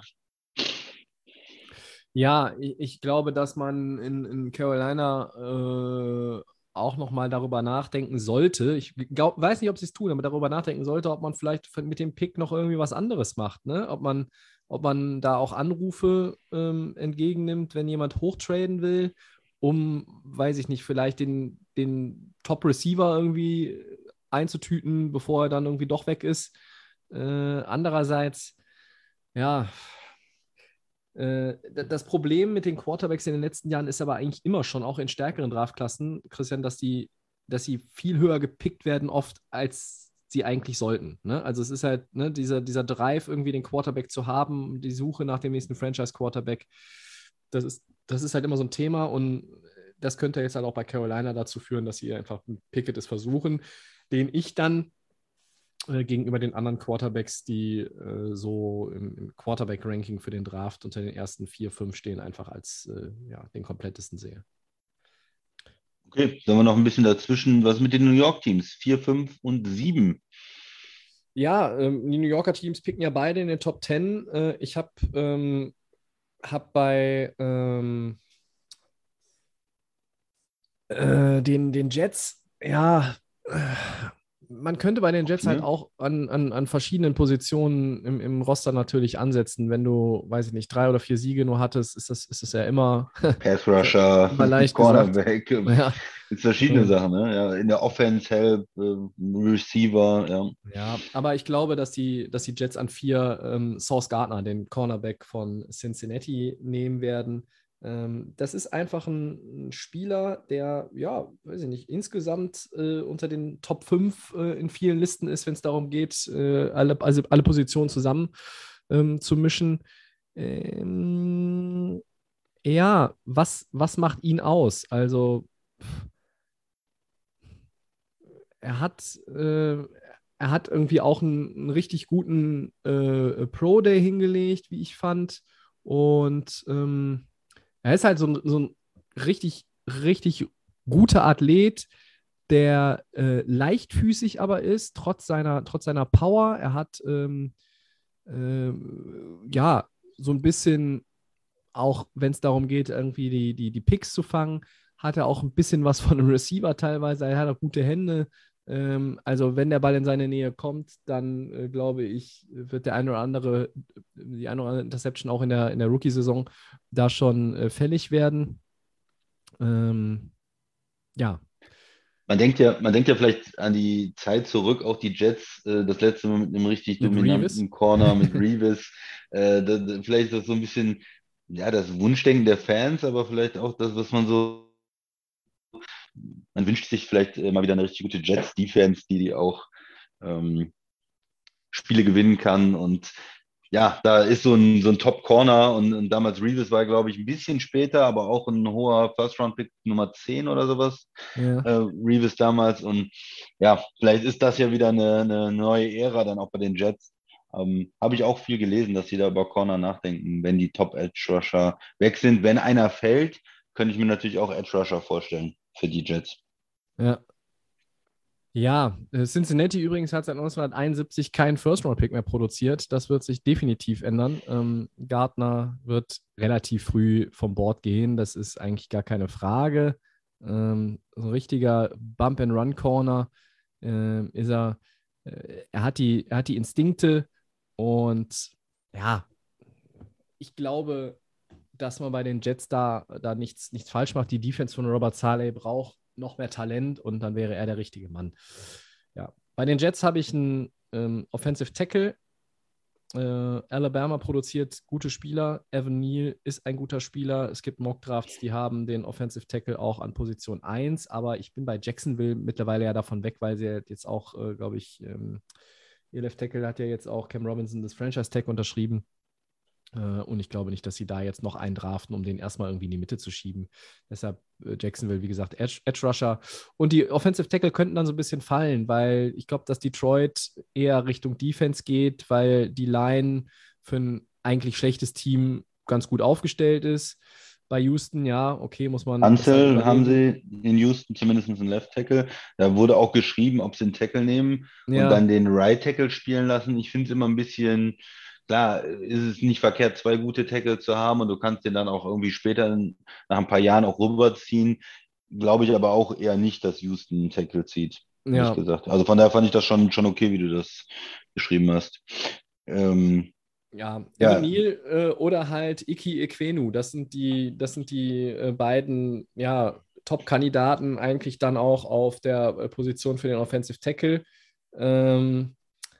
Ja, ich, ich glaube, dass man in, in Carolina äh, auch nochmal darüber nachdenken sollte. Ich glaub, weiß nicht, ob sie es tun, aber darüber nachdenken sollte, ob man vielleicht mit dem Pick noch irgendwie was anderes macht. Ne? Ob man, ob man da auch Anrufe ähm, entgegennimmt, wenn jemand hochtraden will, um, weiß ich nicht, vielleicht den, den Top-Receiver irgendwie einzutüten, bevor er dann irgendwie doch weg ist. Äh, andererseits, ja. Äh, Das Problem mit den Quarterbacks in den letzten Jahren ist aber eigentlich immer schon, auch in stärkeren Draftklassen, Christian, dass die, dass sie viel höher gepickt werden, oft als sie eigentlich sollten. Ne? Also es ist halt ne, dieser, dieser Drive, irgendwie den Quarterback zu haben, die Suche nach dem nächsten Franchise-Quarterback, das ist, das ist halt immer so ein Thema und das könnte jetzt halt auch bei Carolina dazu führen, dass sie einfach mit Pickett es versuchen, den ich dann äh, gegenüber den anderen Quarterbacks, die äh, so im, im Quarterback-Ranking für den Draft unter den ersten vier, fünf stehen, einfach als äh, ja, den komplettesten sehe. Okay, sollen wir noch ein bisschen dazwischen, was mit den New York Teams? Vier, fünf und sieben. Ja, ähm, die New Yorker Teams picken ja beide in den Top Ten. Äh, ich habe ähm, hab bei ähm, äh, den, den Jets, ja, äh, man könnte bei den Top Jets halt vier. auch an, an, an verschiedenen Positionen im, im Roster natürlich ansetzen. Wenn du, weiß ich nicht, drei oder vier Siege nur hattest, ist das, ist das ja immer, Pass ist ja Rusher, immer leicht gesagt. Cornerback, ähm, Ja, gibt verschiedene ähm, Sachen, ne? Ja, in der Offense, Help, äh, Receiver, ja. ja, aber ich glaube, dass die, dass die Jets an vier ähm, Sauce Gardner, den Cornerback von Cincinnati, nehmen werden. Ähm, das ist einfach ein, ein Spieler, der, ja, weiß ich nicht, insgesamt äh, unter den Top fünf äh, in vielen Listen ist, wenn es darum geht, äh, alle, also alle Positionen zusammen ähm, zu mischen. Ähm, ja, was, was macht ihn aus? Also, er hat, äh, er hat irgendwie auch einen, einen richtig guten äh, Pro-Day hingelegt, wie ich fand. Und ähm, er ist halt so ein, so ein richtig, richtig guter Athlet, der äh, leichtfüßig aber ist, trotz seiner, trotz seiner Power. Er hat ähm, äh, ja so ein bisschen, auch wenn es darum geht, irgendwie die, die, die Picks zu fangen, hat er auch ein bisschen was von einem Receiver teilweise. Er hat auch gute Hände. Ähm, also wenn der Ball in seine Nähe kommt, dann äh, glaube ich, wird der eine oder andere, die eine oder andere Interception auch in der, in der Rookie-Saison da schon äh, fällig werden. Ähm, ja. Man denkt ja, man denkt ja vielleicht an die Zeit zurück, auch die Jets, äh, das letzte Mal mit einem richtig Mit Revis. dominanten Corner, mit Revis. Äh, da, da, vielleicht ist das so ein bisschen, ja, das Wunschdenken der Fans, aber vielleicht auch das, was man so, man wünscht sich vielleicht äh, mal wieder eine richtig gute Jets-Defense, die die auch ähm, Spiele gewinnen kann. Und ja, da ist so ein, so ein Top-Corner und, und damals Reeves war, glaube ich, ein bisschen später, aber auch ein hoher First-Round-Pick Nummer zehn oder sowas. Ja. Äh, Reeves damals. Und ja, vielleicht ist das ja wieder eine, eine neue Ära dann auch bei den Jets. Ähm, habe ich auch viel gelesen, dass sie da über Corner nachdenken, wenn die Top-Edge-Rusher weg sind. Wenn einer fällt, könnte ich mir natürlich auch Edge-Rusher vorstellen für die Jets. Ja. Ja, äh, Cincinnati übrigens hat seit neunzehnhunderteinundsiebzig keinen First-Round-Pick mehr produziert. Das wird sich definitiv ändern. Ähm, Gardner wird relativ früh vom Board gehen. Das ist eigentlich gar keine Frage. Ähm, so ein richtiger Bump-and-Run-Corner ähm, ist er. Äh, er hat die, er hat die Instinkte und ja, ich glaube, dass man bei den Jets da, da nichts, nichts falsch macht. Die Defense von Robert Saleh braucht noch mehr Talent und dann wäre er der richtige Mann. Ja. Bei den Jets habe ich einen ähm, Offensive Tackle. Äh, Alabama produziert gute Spieler. Evan Neal ist ein guter Spieler. Es gibt Mock-Drafts, die haben den Offensive Tackle auch an Position eins, aber ich bin bei Jacksonville mittlerweile ja davon weg, weil sie jetzt auch, äh, glaube ich, ähm, ihr Left Tackle hat ja jetzt auch Cam Robinson das Franchise-Tag unterschrieben. Und ich glaube nicht, dass sie da jetzt noch einen draften, um den erstmal irgendwie in die Mitte zu schieben. Deshalb äh, Jacksonville, wie gesagt, Edge, Edge Rusher. Und die Offensive Tackle könnten dann so ein bisschen fallen, weil ich glaube, dass Detroit eher Richtung Defense geht, weil die Line für einen eigentlich schlechtes Team ganz gut aufgestellt ist. Bei Houston, ja, okay, muss man. Ansel haben sie in Houston zumindest einen Left Tackle. Da wurde auch geschrieben, ob sie einen Tackle nehmen und Ja, dann den Right Tackle spielen lassen. Ich finde es immer ein bisschen, klar, ist es nicht verkehrt, zwei gute Tackle zu haben und du kannst den dann auch irgendwie später nach ein paar Jahren auch rüberziehen. Glaube ich aber auch eher nicht, dass Houston einen Tackle zieht, ehrlich ja, gesagt. Also von daher fand ich das schon, schon okay, wie du das geschrieben hast. Ähm, ja. Evan ja, Neal äh, oder halt Iki Ekwenu, das sind die, das sind die äh, beiden, ja, Top-Kandidaten eigentlich dann auch auf der äh, Position für den Offensive Tackle. Ähm,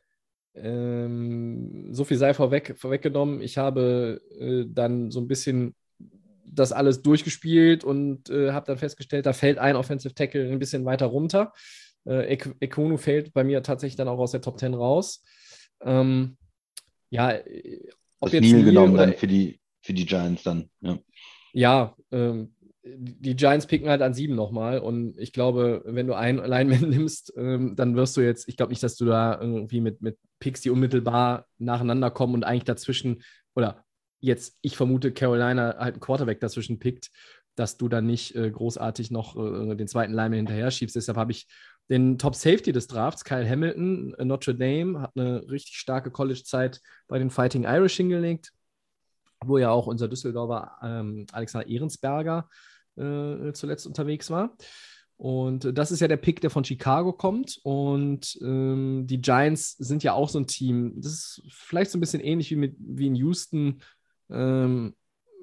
ähm, so viel sei vorweg, vorweggenommen. Ich habe äh, dann so ein bisschen das alles durchgespielt und äh, habe dann festgestellt, da fällt ein Offensive Tackle ein bisschen weiter runter. Äh, Ek Ekonu fällt bei mir tatsächlich dann auch aus der Top zehn raus. Ähm, ja, äh, ob das jetzt Neal Neil genommen oder dann für die, für die Giants dann. Ja. ja, ähm, die Giants picken halt an sieben nochmal und ich glaube, wenn du einen Lineman nimmst, ähm, dann wirst du jetzt, ich glaube nicht, dass du da irgendwie mit, mit Picks, die unmittelbar nacheinander kommen und eigentlich dazwischen, oder jetzt, ich vermute, Carolina halt einen Quarterback dazwischen pickt, dass du dann nicht äh, großartig noch äh, den zweiten Lineman hinterher schiebst. Deshalb habe ich den Top Safety des Drafts, Kyle Hamilton, äh, Notre Dame, hat eine richtig starke College-Zeit bei den Fighting Irish hingelegt, wo ja auch unser Düsseldorfer ähm, Alexander Ehrensberger äh, zuletzt unterwegs war. Und äh, das ist ja der Pick, der von Chicago kommt. Und ähm, die Giants sind ja auch so ein Team. Das ist vielleicht so ein bisschen ähnlich wie, mit, wie in Houston. Ähm,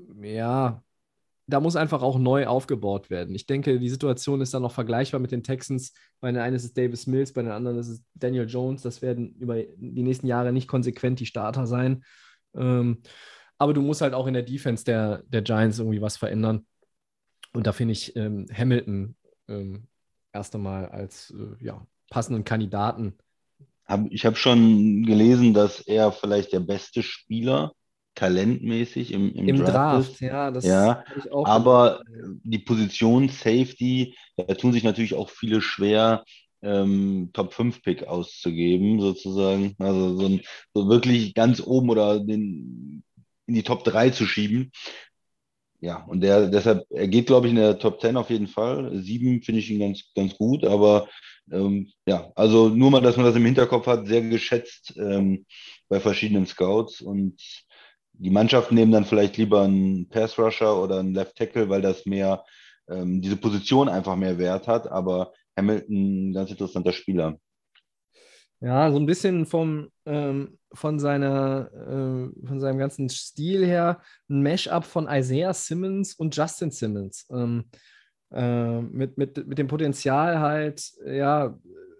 ja, da muss einfach auch neu aufgebaut werden. Ich denke, die Situation ist dann noch vergleichbar mit den Texans. Bei den einen ist es Davis Mills, bei den anderen ist es Daniel Jones. Das werden über die nächsten Jahre nicht konsequent die Starter sein. Ähm, aber du musst halt auch in der Defense der, der Giants irgendwie was verändern. Und da finde ich ähm, Hamilton ähm, erst einmal als äh, ja, passenden Kandidaten. Hab, ich habe schon gelesen, dass er vielleicht der beste Spieler talentmäßig im, im Im Draft Draft, ist. ja, das Ja, habe ich auch aber gelesen. die Position Safety, da tun sich natürlich auch viele schwer, ähm, Top fünf Pick auszugeben, sozusagen. Also so, ein, so wirklich ganz oben oder den, in die Top drei zu schieben. Ja, und der, deshalb, er geht, glaube ich, in der Top zehn auf jeden Fall. Sieben finde ich ihn ganz, ganz gut, aber ähm, ja, also nur mal, dass man das im Hinterkopf hat, sehr geschätzt ähm, bei verschiedenen Scouts und die Mannschaften nehmen dann vielleicht lieber einen Pass Rusher oder einen Left Tackle, weil das mehr, ähm, diese Position einfach mehr Wert hat, aber Hamilton, ein ganz interessanter Spieler. Ja, so ein bisschen vom, ähm, von seiner, äh, von seinem ganzen Stil her ein Mashup von Isaiah Simmons und Justin Simmons. Ähm, äh, mit, mit, mit dem Potenzial halt, ja,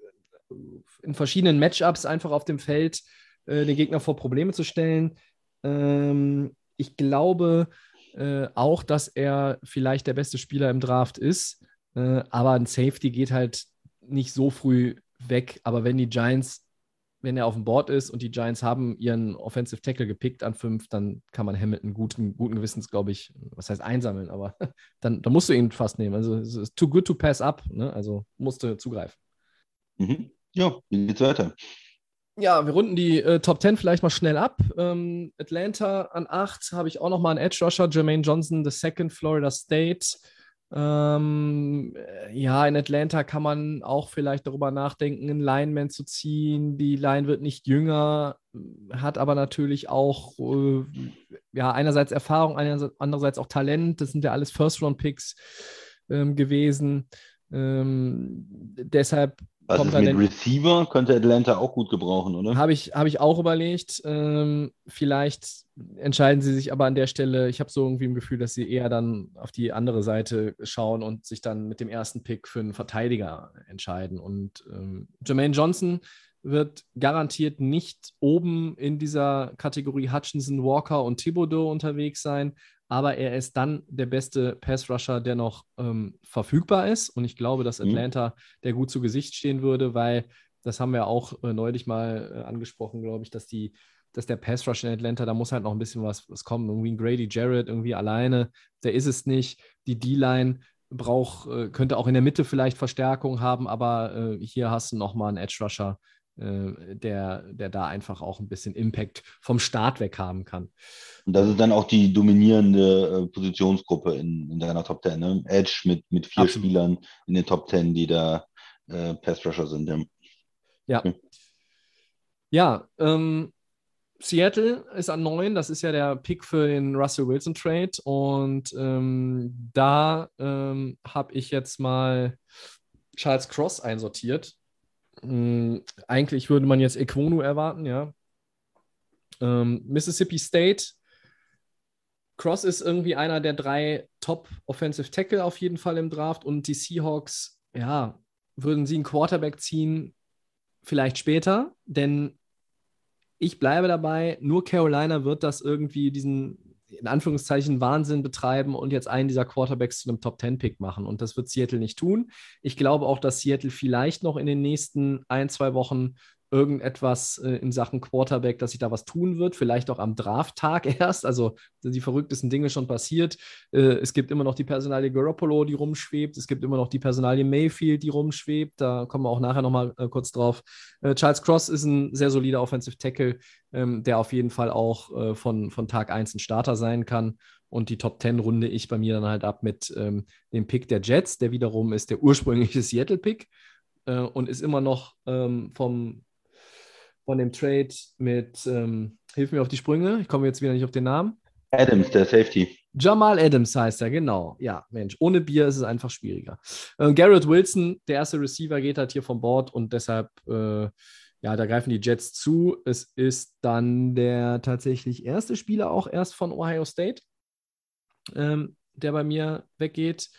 in verschiedenen Matchups einfach auf dem Feld äh, den Gegner vor Probleme zu stellen. Ähm, ich glaube äh, auch, dass er vielleicht der beste Spieler im Draft ist, äh, aber ein Safety geht halt nicht so früh weg. Aber wenn die Giants, wenn er auf dem Board ist und die Giants haben ihren Offensive Tackle gepickt an fünf, dann kann man Hamilton guten, guten Gewissens, glaube ich, was heißt einsammeln, aber dann, dann musst du ihn fast nehmen. Also es ist too good to pass up, ne? Also musst du zugreifen. Mhm. Ja, wie geht's weiter? Ja, wir runden die äh, Top zehn vielleicht mal schnell ab. Ähm, Atlanta an acht habe ich auch noch mal einen Edge Rusher, Jermaine Johnson the Second, Florida State. Ähm, äh, ja, in Atlanta kann man auch vielleicht darüber nachdenken, einen Lineman zu ziehen. Die Line wird nicht jünger, hat aber natürlich auch äh, ja, einerseits Erfahrung, andererseits auch Talent. Das sind ja alles First-Round-Picks ähm, gewesen. Ähm, deshalb Was kommt ist dann mit der Receiver? Könnte Atlanta auch gut gebrauchen, oder? Habe ich, hab ich auch überlegt. Ähm, vielleicht entscheiden sie sich aber an der Stelle, ich habe so irgendwie im Gefühl, dass sie eher dann auf die andere Seite schauen und sich dann mit dem ersten Pick für einen Verteidiger entscheiden. Und ähm, Jermaine Johnson wird garantiert nicht oben in dieser Kategorie Hutchinson, Walker und Thibodeau unterwegs sein, aber er ist dann der beste Pass-Rusher, der noch ähm, verfügbar ist. Und ich glaube, dass Hm? Atlanta der gut zu Gesicht stehen würde, weil das haben wir auch äh, neulich mal äh, angesprochen, glaube ich, dass die, dass der Pass Rush in Atlanta, da muss halt noch ein bisschen was, was kommen. Irgendwie ein Grady Jarrett irgendwie alleine, der ist es nicht. Die D-Line braucht, äh, könnte auch in der Mitte vielleicht Verstärkung haben, aber äh, hier hast du nochmal einen Edge Rusher, äh, der, der da einfach auch ein bisschen Impact vom Start weg haben kann. Und das ist dann auch die dominierende äh, Positionsgruppe in, in deiner Top Ten, ne? Edge mit, mit vier Absolut. Spielern in den Top Ten, die da äh, Pass-Rusher sind. Ja. Ja, Okay. ja ähm, Seattle ist an neun, das ist ja der Pick für den Russell Wilson Trade und ähm, da ähm, habe ich jetzt mal Charles Cross einsortiert. Ähm, eigentlich würde man jetzt Ekwonu erwarten, ja. Ähm, Mississippi State, Cross ist irgendwie einer der drei Top Offensive Tackle auf jeden Fall im Draft und die Seahawks, ja, würden sie einen Quarterback ziehen, vielleicht später, denn ich bleibe dabei, nur Carolina wird das irgendwie diesen, in Anführungszeichen, Wahnsinn betreiben und jetzt einen dieser Quarterbacks zu einem Top-Zehn-Pick machen. Und das wird Seattle nicht tun. Ich glaube auch, dass Seattle vielleicht noch in den nächsten ein, zwei Wochen irgendetwas äh, in Sachen Quarterback, dass sich da was tun wird, vielleicht auch am Drafttag erst, also sind die verrücktesten Dinge schon passiert. Äh, es gibt immer noch die Personalie Garoppolo, die rumschwebt, es gibt immer noch die Personalie Mayfield, die rumschwebt, da kommen wir auch nachher nochmal äh, kurz drauf. Äh, Charles Cross ist ein sehr solider Offensive Tackle, ähm, der auf jeden Fall auch äh, von, von Tag eins ein Starter sein kann. Und die Top Ten runde ich bei mir dann halt ab mit ähm, dem Pick der Jets, der wiederum ist der ursprüngliche Seattle-Pick äh, und ist immer noch ähm, vom von dem Trade mit, ähm, hilf mir auf die Sprünge, ich komme jetzt wieder nicht auf den Namen. Adams, der Safety. Jamal Adams heißt er, genau. Ja, Mensch, ohne Bier ist es einfach schwieriger. Äh, Garrett Wilson, der erste Receiver, geht halt hier vom Board und deshalb, äh, ja, da greifen die Jets zu. Es ist dann der tatsächlich erste Spieler auch erst von Ohio State, ähm, der bei mir weggeht.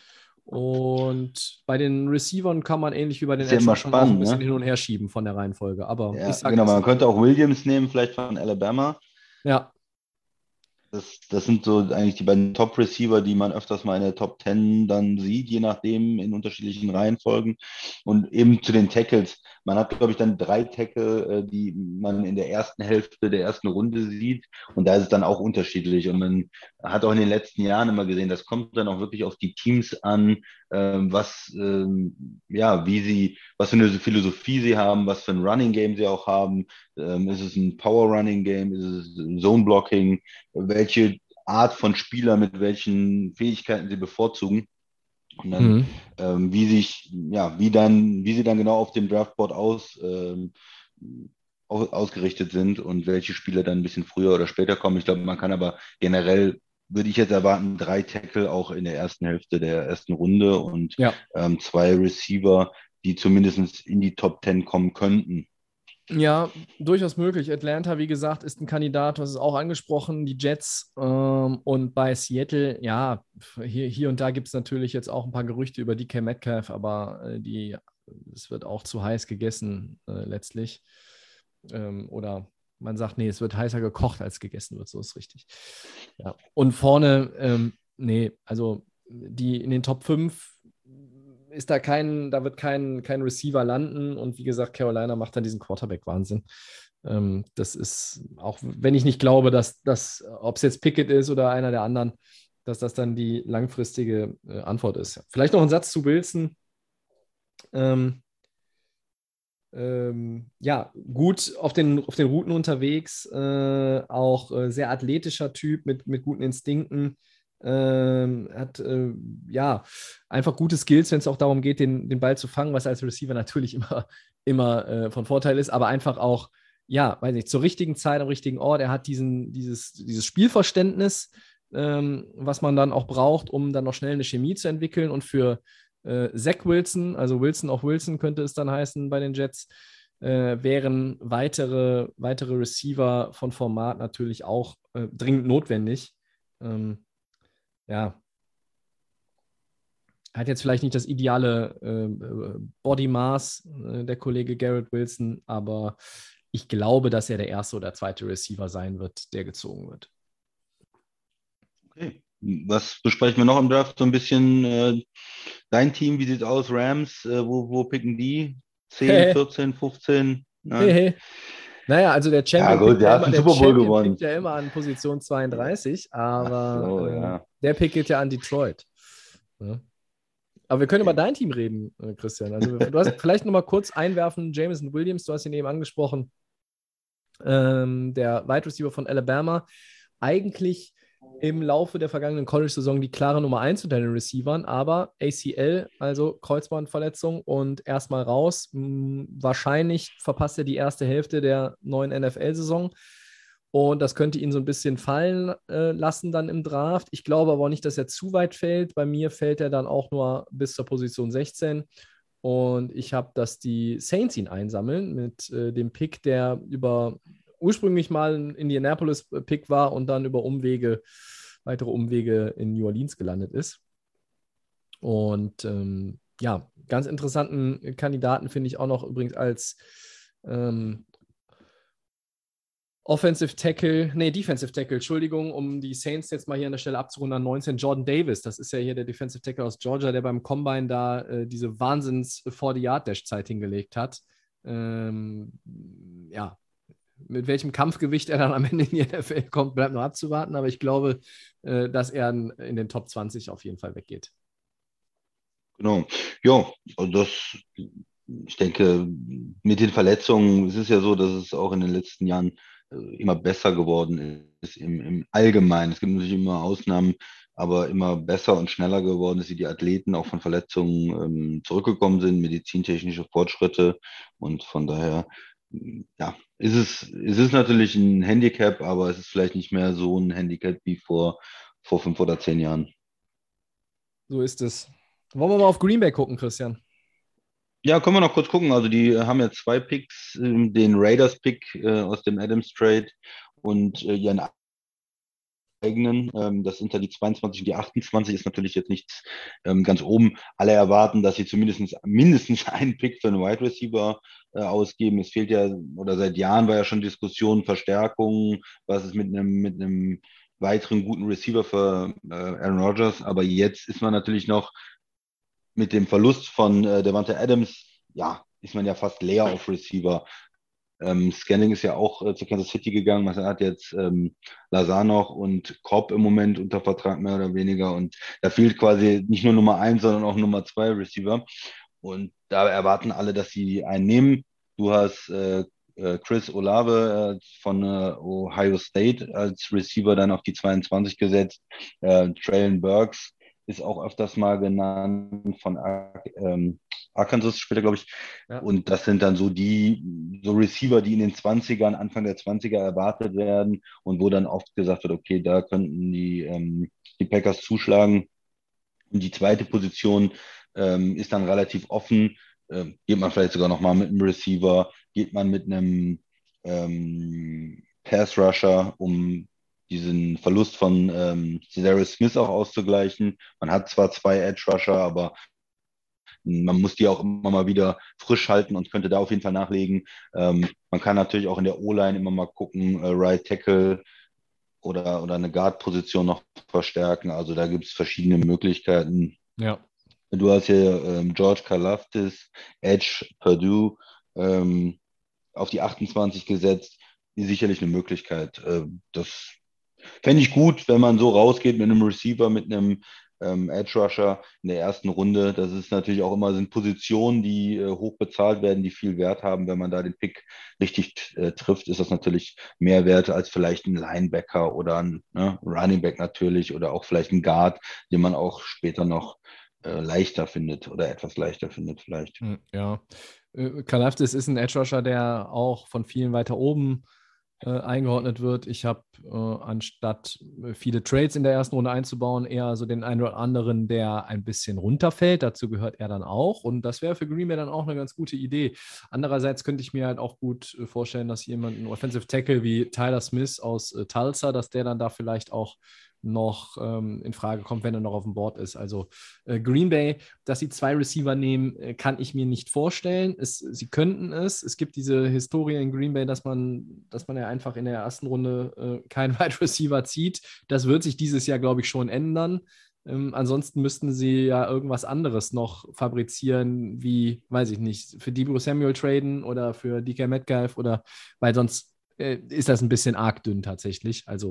Und bei den Receivern kann man ähnlich wie bei den Ist ja immer Edge-Rushern auch ein spannend, bisschen ne? hin und her schieben von der Reihenfolge. Aber Ja, ich sag, genau, das man ist, könnte auch Williams nehmen, vielleicht von Alabama. ja, Das, das sind so eigentlich die beiden Top-Receiver, die man öfters mal in der Top Ten dann sieht, je nachdem in unterschiedlichen Reihenfolgen. Und eben zu den Tackles. Man hat, glaube ich, dann drei Tackle, äh, die man in der ersten Hälfte der ersten Runde sieht. Und da ist es dann auch unterschiedlich. Und man hat auch in den letzten Jahren immer gesehen, das kommt dann auch wirklich auf die Teams an, ähm, was, ähm, ja, wie sie, was für eine Philosophie sie haben, was für ein Running Game sie auch haben. Ähm, ist es ein Power Running Game? Ist es ein Zone Blocking? Welche Art von Spieler mit welchen Fähigkeiten sie bevorzugen und dann mhm. ähm, wie sich ja wie dann wie sie dann genau auf dem Draftboard aus, ähm, aus ausgerichtet sind und welche Spieler dann ein bisschen früher oder später kommen. Ich glaube, man kann aber generell würde ich jetzt erwarten, drei Tackle auch in der ersten Hälfte der ersten Runde und Ja. ähm, zwei Receiver, die zumindest in die Top Ten kommen könnten. Ja, durchaus möglich. Atlanta, wie gesagt, ist ein Kandidat, was ist auch angesprochen, die Jets. Ähm, und bei Seattle, ja, hier, hier und da gibt es natürlich jetzt auch ein paar Gerüchte über D K Metcalf, aber äh, die, es wird auch zu heiß gegessen äh, letztlich. Ähm, oder man sagt, nee, es wird heißer gekocht, als gegessen wird, so ist richtig. Ja. Und vorne, ähm, nee, also die in den Top fünf ist da kein, da wird kein, kein Receiver landen und wie gesagt, Carolina macht dann diesen Quarterback-Wahnsinn. Ähm, das ist, auch wenn ich nicht glaube, dass das, ob es jetzt Pickett ist oder einer der anderen, dass das dann die langfristige äh, Antwort ist. Vielleicht noch ein Satz zu Wilson. Ähm, ähm, ja, gut auf den, auf den Routen unterwegs, äh, auch äh, sehr athletischer Typ mit, mit guten Instinkten. Ähm, hat äh, ja einfach gute Skills, wenn es auch darum geht, den, den Ball zu fangen, was als Receiver natürlich immer, immer äh, von Vorteil ist, aber einfach auch, ja, weiß nicht, zur richtigen Zeit am richtigen Ort. Er hat diesen, dieses, dieses Spielverständnis, ähm, was man dann auch braucht, um dann noch schnell eine Chemie zu entwickeln. Und für äh, Zach Wilson, also Wilson auf Wilson könnte es dann heißen bei den Jets, äh, wären weitere, weitere Receiver von Format natürlich auch äh, dringend notwendig. Ähm, ja, hat jetzt vielleicht nicht das ideale äh, Body Mass, äh, der Kollege Garrett Wilson, aber ich glaube, dass er der erste oder zweite Receiver sein wird, der gezogen wird. Okay. Was besprechen wir noch im Draft? So ein bisschen äh, dein Team, wie sieht es aus? Rams, äh, wo, wo picken die? zehn, vierzehn, fünfzehn? Hey, hey. Naja, also der Champion, ja, gut, pickt, der ja hat immer, den der Super Bowl Champion gewonnen. pickt ja immer an Position zweiunddreißig, aber Ach so, ähm, ja. der Pick geht ja an Detroit. Ja. Aber wir können über dein Team reden, Christian. Also du hast vielleicht noch mal kurz einwerfen, Jameson Williams, du hast ihn eben angesprochen, ähm, der Wide Receiver von Alabama, eigentlich im Laufe der vergangenen College-Saison die klare Nummer eins unter den Receivern, aber A C L, also Kreuzbandverletzung und erstmal raus. Hm, wahrscheinlich verpasst er die erste Hälfte der neuen N F L-Saison und das könnte ihn so ein bisschen fallen äh, lassen dann im Draft. Ich glaube aber auch nicht, dass er zu weit fällt. Bei mir fällt er dann auch nur bis zur Position sechzehn und ich habe, dass die Saints ihn einsammeln mit äh, dem Pick, der über ursprünglich mal ein Indianapolis-Pick war und dann über Umwege, weitere Umwege in New Orleans gelandet ist. Und ähm, ja, ganz interessanten Kandidaten finde ich auch noch übrigens als ähm, Offensive Tackle, nee, Defensive Tackle, Entschuldigung, um die Saints jetzt mal hier an der Stelle abzurunden, an neunzehn, Jordan Davis. Das ist ja hier der Defensive Tackle aus Georgia, der beim Combine da äh, diese Wahnsinns-forty-Yard-Dash-Zeit hingelegt hat. Ähm, ja, mit welchem Kampfgewicht er dann am Ende in die N F L kommt, bleibt noch abzuwarten, aber ich glaube, äh, dass er in den Top zwanzig auf jeden Fall weggeht. Genau. Ja, und das, ich denke, mit den Verletzungen, es ist ja so, dass es auch in den letzten Jahren äh, immer besser geworden ist im, im Allgemeinen. Es gibt natürlich immer Ausnahmen, aber immer besser und schneller geworden ist, wie die Athleten auch von Verletzungen ähm, zurückgekommen sind, medizintechnische Fortschritte und von daher, ja, ist es, ist es natürlich ein Handicap, aber es ist vielleicht nicht mehr so ein Handicap wie vor, vor fünf oder zehn Jahren. So ist es. Wollen wir mal auf Green Bay gucken, Christian? Ja, können wir noch kurz gucken. Also die haben ja zwei Picks, ähm, den Raiders-Pick äh, aus dem Adams Trade und äh, ihren eigenen. Ähm, das sind ja die zweiundzwanzig und die achtundzwanzig, ist natürlich jetzt nichts ähm, ganz oben. Alle erwarten, dass sie zumindest mindestens einen Pick für einen Wide Receiver äh, ausgeben. Es fehlt ja, oder seit Jahren war ja schon Diskussion, Verstärkung, was ist mit einem, mit einem weiteren guten Receiver für äh, Aaron Rodgers. Aber jetzt ist man natürlich noch mit dem Verlust von äh, Davante Adams, ja, ist man ja fast leer auf Receiver. Ähm, Scanning ist ja auch äh, zu Kansas City gegangen. Man hat jetzt ähm, Lazar noch und Cobb im Moment unter Vertrag mehr oder weniger. Und da fehlt quasi nicht nur Nummer eins, sondern auch Nummer zwei Receiver. Und da erwarten alle, dass sie einen nehmen. Du hast äh, äh, Chris Olave äh, von äh, Ohio State als Receiver dann auf die zweiundzwanzig gesetzt. Äh, Traylon Burks ist auch öfters mal genannt von ähm, Arkansas später, glaube ich. Ja. Und das sind dann so die so Receiver, die in den zwanzigern, Anfang der zwanziger erwartet werden und wo dann oft gesagt wird, okay, da könnten die, ähm, die Packers zuschlagen. Und die zweite Position ähm, ist dann relativ offen. Ähm, geht man vielleicht sogar nochmal mit einem Receiver, geht man mit einem ähm, Pass-Rusher, um diesen Verlust von ähm, Cedarius Smith auch auszugleichen. Man hat zwar zwei Edge-Rusher, aber man muss die auch immer mal wieder frisch halten und könnte da auf jeden Fall nachlegen. Ähm, man kann natürlich auch in der O-Line immer mal gucken, äh, Right Tackle oder, oder eine Guard-Position noch verstärken. Also da gibt es verschiedene Möglichkeiten. Ja. Du hast hier ähm, George Karlaftis, Edge, Purdue ähm, auf die achtundzwanzig gesetzt. Ist sicherlich eine Möglichkeit. Äh, das fände ich gut, wenn man so rausgeht mit einem Receiver, mit einem ähm, Edge Rusher in der ersten Runde. Das ist natürlich auch immer, sind Positionen, die äh, hoch bezahlt werden, die viel Wert haben. Wenn man da den Pick richtig äh, trifft, ist das natürlich mehr wert als vielleicht ein Linebacker oder ein ne, Running Back natürlich oder auch vielleicht ein Guard, den man auch später noch äh, leichter findet oder etwas leichter findet vielleicht. Ja, äh, Karlaftis ist ein Edge Rusher, der auch von vielen weiter oben äh, eingeordnet wird. Ich habe äh, anstatt viele Trades in der ersten Runde einzubauen, eher so den einen oder anderen, der ein bisschen runterfällt. Dazu gehört er dann auch. Und das wäre für Green Bay dann auch eine ganz gute Idee. Andererseits könnte ich mir halt auch gut äh, vorstellen, dass jemand, ein Offensive Tackle wie Tyler Smith aus äh, Tulsa, dass der dann da vielleicht auch noch ähm, in Frage kommt, wenn er noch auf dem Board ist. Also äh, Green Bay, dass sie zwei Receiver nehmen, äh, kann ich mir nicht vorstellen. Es, sie könnten es. Es gibt diese Historie in Green Bay, dass man, dass man ja einfach in der ersten Runde äh, keinen Wide Receiver zieht. Das wird sich dieses Jahr, glaube ich, schon ändern. Ähm, ansonsten müssten sie ja irgendwas anderes noch fabrizieren, wie, weiß ich nicht, für Deebo Samuel traden oder für D K Metcalf oder, weil sonst ist das ein bisschen arg dünn tatsächlich. Also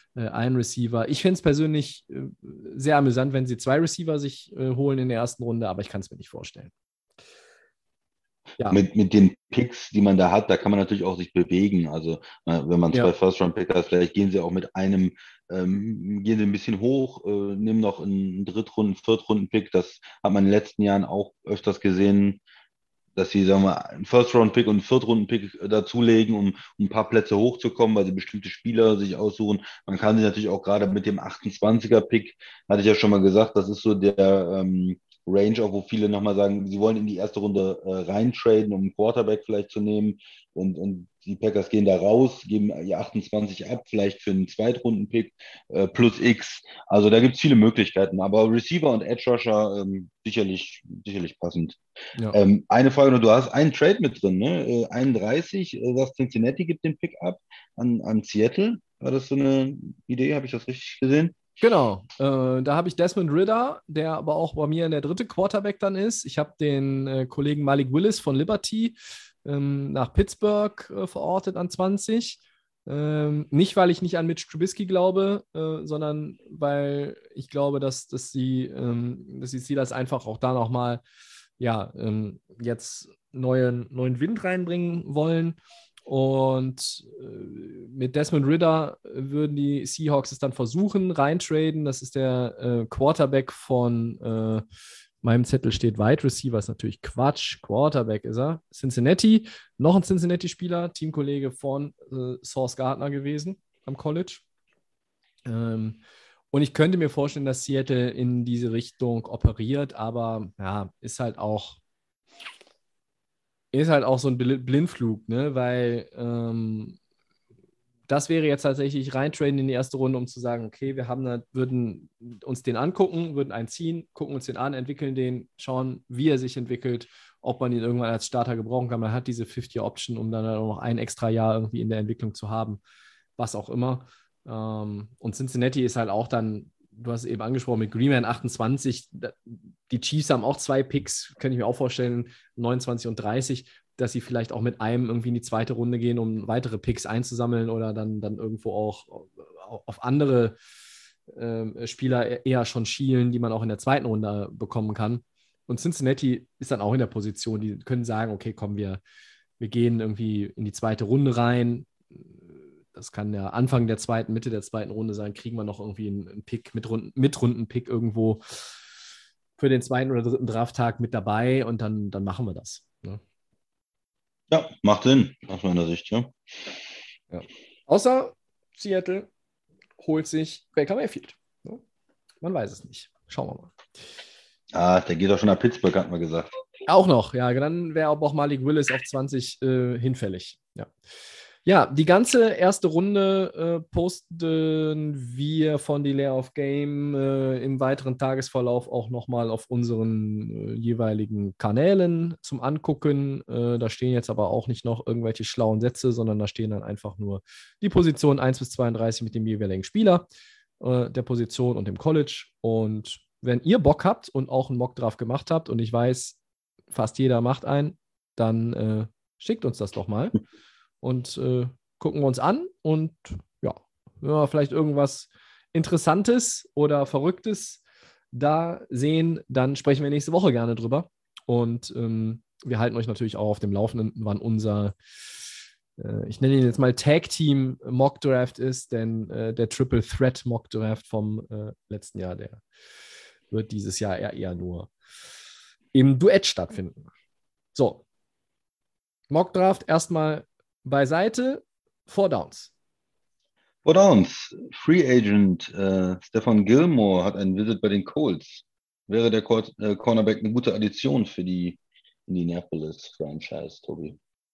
äh, ein Receiver. Ich finde es persönlich äh, sehr amüsant, wenn sie zwei Receiver sich äh, holen in der ersten Runde, aber ich kann es mir nicht vorstellen. Ja. Mit, mit den Picks, die man da hat, da kann man natürlich auch sich bewegen. Also äh, wenn man zwei Ja. First-Round-Picks hat, vielleicht gehen sie auch mit einem, ähm, gehen sie ein bisschen hoch, äh, nehmen noch einen Drittrunden-, Viertrunden-Pick. Das hat man in den letzten Jahren auch öfters gesehen, dass sie, sagen wir, einen First-Round-Pick und einen Viertrunden-Pick dazulegen, um, um ein paar Plätze hochzukommen, weil sie bestimmte Spieler sich aussuchen. Man kann sich natürlich auch gerade mit dem achtundzwanziger-Pick, hatte ich ja schon mal gesagt, das ist so der ähm, Range, auch wo viele nochmal sagen, sie wollen in die erste Runde äh, reintraden, um einen Quarterback vielleicht zu nehmen. Und, und die Packers gehen da raus, geben ihr achtundzwanzig ab, vielleicht für einen Zweitrunden-Pick äh, plus X. Also da gibt es viele Möglichkeiten. Aber Receiver und Edge Rusher ähm, sicherlich, sicherlich passend. Ja. Ähm, eine Frage noch, du hast einen Trade mit drin, ne? Äh, einunddreißig, äh, was Cincinnati gibt den Pick ab an, an Seattle. War das so eine Idee? Habe ich das richtig gesehen? Genau, äh, da habe ich Desmond Ridder, der aber auch bei mir in der dritte Quarterback dann ist. Ich habe den äh, Kollegen Malik Willis von Liberty ähm, nach Pittsburgh äh, verortet an zwanzig. Ähm, nicht, weil ich nicht an Mitch Trubisky glaube, äh, sondern weil ich glaube, dass, dass, die, ähm, dass die Steelers einfach auch da nochmal ja, ähm, jetzt neuen, neuen Wind reinbringen wollen. Und äh, mit Desmond Ridder würden die Seahawks es dann versuchen, reintraden. Das ist der äh, Quarterback von äh, meinem Zettel steht Wide Receiver, ist natürlich Quatsch. Quarterback ist er. Cincinnati, noch ein Cincinnati-Spieler, Teamkollege von äh, Sauce Gardner gewesen am College. Ähm, und ich könnte mir vorstellen, dass Seattle in diese Richtung operiert, aber ja, ist halt auch ist halt auch so ein Blindflug, ne? Weil ähm, das wäre jetzt tatsächlich reintraden in die erste Runde, um zu sagen, okay, wir haben da, würden uns den angucken, würden einen ziehen, gucken uns den an, entwickeln den, schauen, wie er sich entwickelt, ob man ihn irgendwann als Starter gebrauchen kann. Man hat diese fünfzig-Option, um dann auch noch ein extra Jahr irgendwie in der Entwicklung zu haben, was auch immer. Ähm, und Cincinnati ist halt auch dann, du hast es eben angesprochen, mit Greenman achtundzwanzig, die Chiefs haben auch zwei Picks, könnte ich mir auch vorstellen, neunundzwanzig und dreißig, dass sie vielleicht auch mit einem irgendwie in die zweite Runde gehen, um weitere Picks einzusammeln oder dann, dann irgendwo auch auf andere äh, Spieler eher schon schielen, die man auch in der zweiten Runde bekommen kann. Und Cincinnati ist dann auch in der Position, die können sagen, okay, komm, wir, wir gehen irgendwie in die zweite Runde rein. Das kann der Anfang der zweiten, Mitte der zweiten Runde sein, kriegen wir noch irgendwie einen, einen Pick, mit Runden, Mitrunden-Pick irgendwo für den zweiten oder dritten Drafttag mit dabei und dann, dann machen wir das. Ne? Ja, macht Sinn, aus meiner Sicht, ja. Ja. Außer Seattle holt sich Baker Mayfield. Ne? Man weiß es nicht. Schauen wir mal. Ah, der geht doch schon nach Pittsburgh, hat man gesagt. Auch noch, ja. Dann wäre auch Malik Willis auf zwanzig äh, hinfällig. Ja. Ja, die ganze erste Runde äh, posten wir von Delay of Game äh, im weiteren Tagesverlauf auch nochmal auf unseren äh, jeweiligen Kanälen zum Angucken. Äh, da stehen jetzt aber auch nicht noch irgendwelche schlauen Sätze, sondern da stehen dann einfach nur die Positionen eins bis zweiunddreißig mit dem jeweiligen Spieler äh, der Position und dem College. Und wenn ihr Bock habt und auch einen Mockdraft gemacht habt und ich weiß, fast jeder macht einen, dann äh, schickt uns das doch mal. Und äh, gucken wir uns an und ja, wenn wir vielleicht irgendwas Interessantes oder Verrücktes da sehen, dann sprechen wir nächste Woche gerne drüber. Und ähm, wir halten euch natürlich auch auf dem Laufenden, wann unser, äh, ich nenne ihn jetzt mal Tag-Team Mock Draft ist, denn äh, der Triple Threat Mock Draft vom äh, letzten Jahr, der wird dieses Jahr eher, eher nur im Duett stattfinden. So, Mock Draft erstmal beiseite, Four Downs. Four Downs. Free Agent äh, Stephon Gilmore hat einen Visit bei den Colts. Wäre der Cor äh, Cornerback eine gute Addition für die Indianapolis-Franchise, Tobi?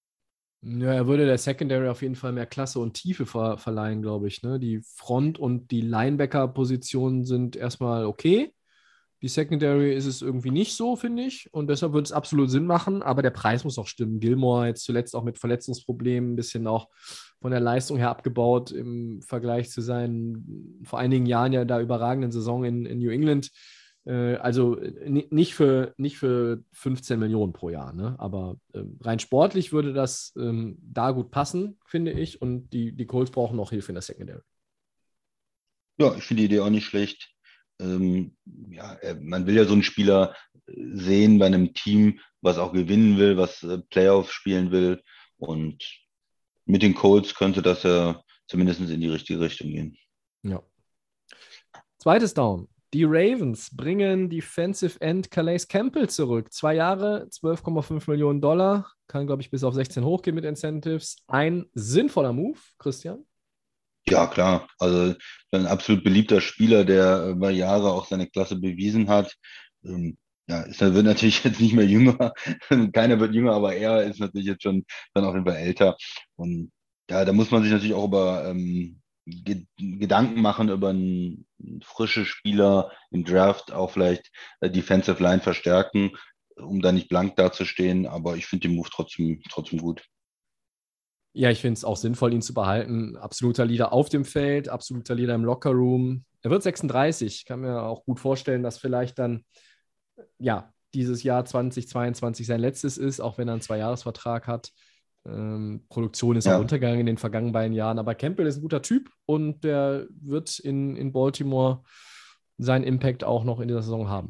Ja, er würde der Secondary auf jeden Fall mehr Klasse und Tiefe ver verleihen, glaube ich. Ne? Die Front- und die Linebacker-Positionen sind erstmal okay. Die Secondary ist es irgendwie nicht so, finde ich. Und deshalb würde es absolut Sinn machen. Aber der Preis muss auch stimmen. Gilmore jetzt zuletzt auch mit Verletzungsproblemen ein bisschen auch von der Leistung her abgebaut im Vergleich zu seinen vor einigen Jahren ja da überragenden Saison in, in New England. Äh, also nicht für, nicht für fünfzehn Millionen pro Jahr. Ne? Aber äh, rein sportlich würde das ähm, da gut passen, finde ich. Und die, die Colts brauchen noch Hilfe in der Secondary. Ja, ich finde die Idee auch nicht schlecht. Ähm, ja, äh, man will ja so einen Spieler äh, sehen bei einem Team, was auch gewinnen will, was äh, Playoffs spielen will. Und mit den Colts könnte das ja zumindest in die richtige Richtung gehen. Ja. Zweites Down. Die Ravens bringen Defensive End Calais Campbell zurück. Zwei Jahre, zwölf Komma fünf Millionen Dollar. Kann, glaube ich, bis auf sechzehn hochgehen mit Incentives. Ein sinnvoller Move, Christian. Ja, klar. Also ein absolut beliebter Spieler, der über Jahre auch seine Klasse bewiesen hat. Ähm, ja, ist, er wird natürlich jetzt nicht mehr jünger. Keiner wird jünger, aber er ist natürlich jetzt schon dann auf jeden Fall älter. Und ja, da muss man sich natürlich auch über ähm, Ge Gedanken machen über einen frischen Spieler im Draft, auch vielleicht äh, Defensive Line verstärken, um da nicht blank dazustehen. Aber ich finde den Move trotzdem, trotzdem gut. Ja, ich finde es auch sinnvoll, ihn zu behalten. Absoluter Leader auf dem Feld, absoluter Leader im Lockerroom. Er wird sechsunddreißig. Ich kann mir auch gut vorstellen, dass vielleicht dann, ja, dieses Jahr zwanzig zweiundzwanzig sein letztes ist, auch wenn er einen Zweijahresvertrag hat. Ähm, Produktion ist auch Ja. untergegangen in den vergangenen beiden Jahren. Aber Campbell ist ein guter Typ und der wird in, in Baltimore seinen Impact auch noch in dieser Saison haben.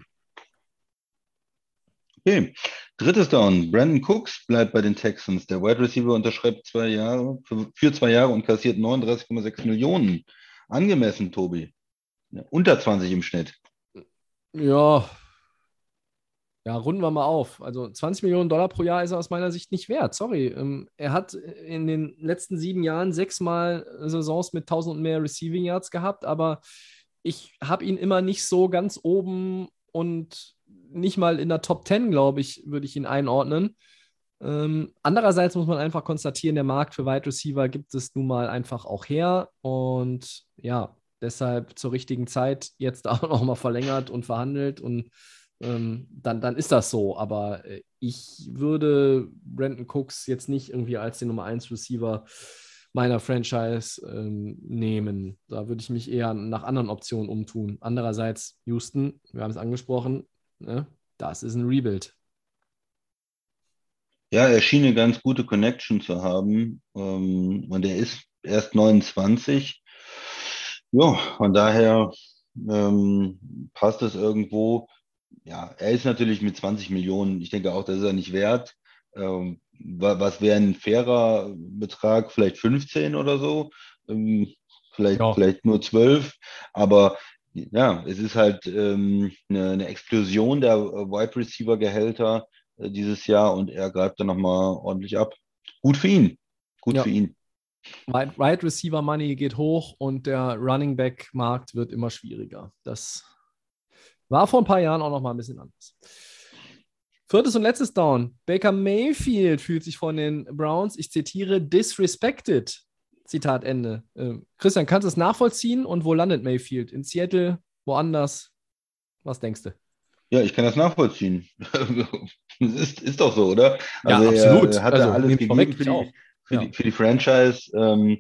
Okay. Drittes Down. Brandon Cooks bleibt bei den Texans. Der Wide Receiver unterschreibt zwei Jahre für, für zwei Jahre und kassiert neununddreißig Komma sechs Millionen. Angemessen, Tobi. Ja, unter zwanzig im Schnitt. Ja, ja, runden wir mal auf. Also zwanzig Millionen Dollar pro Jahr ist er aus meiner Sicht nicht wert. Sorry. Ähm, er hat in den letzten sieben Jahren sechsmal Saisons mit tausend und mehr Receiving Yards gehabt, aber ich habe ihn immer nicht so ganz oben und nicht mal in der Top zehn, glaube ich, würde ich ihn einordnen. Ähm, andererseits muss man einfach konstatieren, der Markt für Wide Receiver gibt es nun mal einfach auch her und ja, deshalb zur richtigen Zeit jetzt auch noch mal verlängert und verhandelt und ähm, dann, dann ist das so. Aber äh, ich würde Brandon Cooks jetzt nicht irgendwie als den Nummer eins Receiver meiner Franchise ähm, nehmen. Da würde ich mich eher nach anderen Optionen umtun. Andererseits, Houston, wir haben es angesprochen, ne? Das ist ein Rebuild. Ja, er schien eine ganz gute Connection zu haben. Ähm, und er ist erst neunundzwanzig. Ja, von daher ähm, passt es irgendwo. Ja, er ist natürlich mit zwanzig Millionen, ich denke auch, das ist er nicht wert. Ähm, wa- was wäre ein fairer Betrag? Vielleicht fünfzehn oder so, ähm, vielleicht, Ja, vielleicht nur zwölf, aber ja, es ist halt ähm, eine, eine Explosion der äh, Wide Receiver Gehälter äh, dieses Jahr und er greift dann nochmal ordentlich ab. Gut für ihn, gut für ja. ihn. Wide Wide Receiver Money geht hoch und der Running Back Markt wird immer schwieriger. Das war vor ein paar Jahren auch noch mal ein bisschen anders. Viertes und letztes Down. Baker Mayfield fühlt sich von den Browns, ich zitiere, disrespected. Zitat Ende. Äh, Christian, kannst du es nachvollziehen? Und wo landet Mayfield? In Seattle? Woanders? Was denkst du? Ja, ich kann das nachvollziehen. Es ist, ist doch so, oder? Ja, Also er absolut. hat da Also alles nehme ich vorweg, gegeben für ich auch. die, für die, Ja. für die Franchise. Ähm,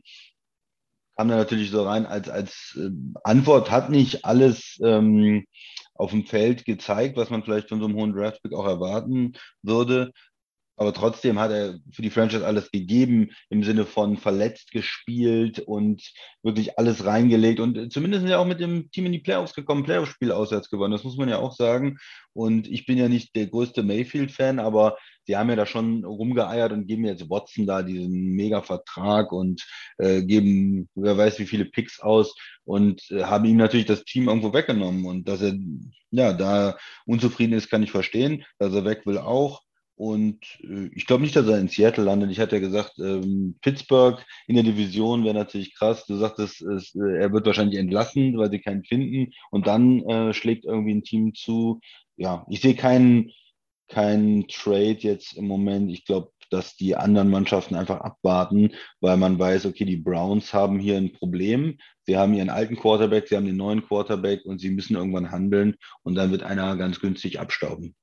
kam da natürlich so rein als, als äh, Antwort, hat nicht alles ähm, auf dem Feld gezeigt, was man vielleicht von so einem hohen Draftpick auch erwarten würde. Aber trotzdem hat er für die Franchise alles gegeben, im Sinne von verletzt gespielt und wirklich alles reingelegt und zumindest ja auch mit dem Team in die Playoffs gekommen, Playoff-Spiel auswärts gewonnen. Das muss man ja auch sagen. Und ich bin ja nicht der größte Mayfield-Fan, aber sie haben ja da schon rumgeeiert und geben jetzt Watson da diesen Mega-Vertrag und äh, geben, wer weiß, wie viele Picks aus und äh, haben ihm natürlich das Team irgendwo weggenommen. Und dass er ja da unzufrieden ist, kann ich verstehen. Dass er weg will auch. Und äh, ich glaube nicht, dass er in Seattle landet. Ich hatte ja gesagt, ähm, Pittsburgh in der Division wäre natürlich krass. Du sagtest, es, äh, er wird wahrscheinlich entlassen, weil sie keinen finden. Und dann äh, schlägt irgendwie ein Team zu. Ja, ich sehe keinen keinen Trade jetzt im Moment. Ich glaube, dass die anderen Mannschaften einfach abwarten, weil man weiß, okay, die Browns haben hier ein Problem. Sie haben ihren alten Quarterback, sie haben den neuen Quarterback und sie müssen irgendwann handeln. Und dann wird einer ganz günstig abstauben.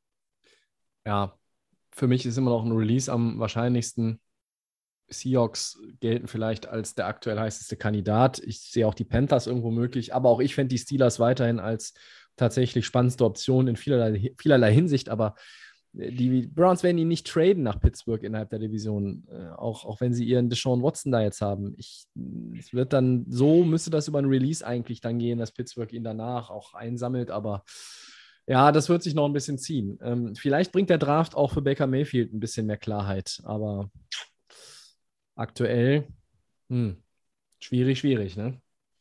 Ja, für mich ist immer noch ein Release am wahrscheinlichsten. Seahawks gelten vielleicht als der aktuell heißeste Kandidat. Ich sehe auch die Panthers irgendwo möglich, aber auch ich fände die Steelers weiterhin als tatsächlich spannendste Option in vielerlei, vielerlei Hinsicht. Aber die Browns werden ihn nicht traden nach Pittsburgh innerhalb der Division, äh, auch, auch wenn sie ihren Deshaun Watson da jetzt haben. Ich, es wird dann, so müsste das über ein Release eigentlich dann gehen, dass Pittsburgh ihn danach auch einsammelt, aber ja, das wird sich noch ein bisschen ziehen. Ähm, vielleicht bringt der Draft auch für Baker Mayfield ein bisschen mehr Klarheit, aber aktuell hm, schwierig, schwierig, ne?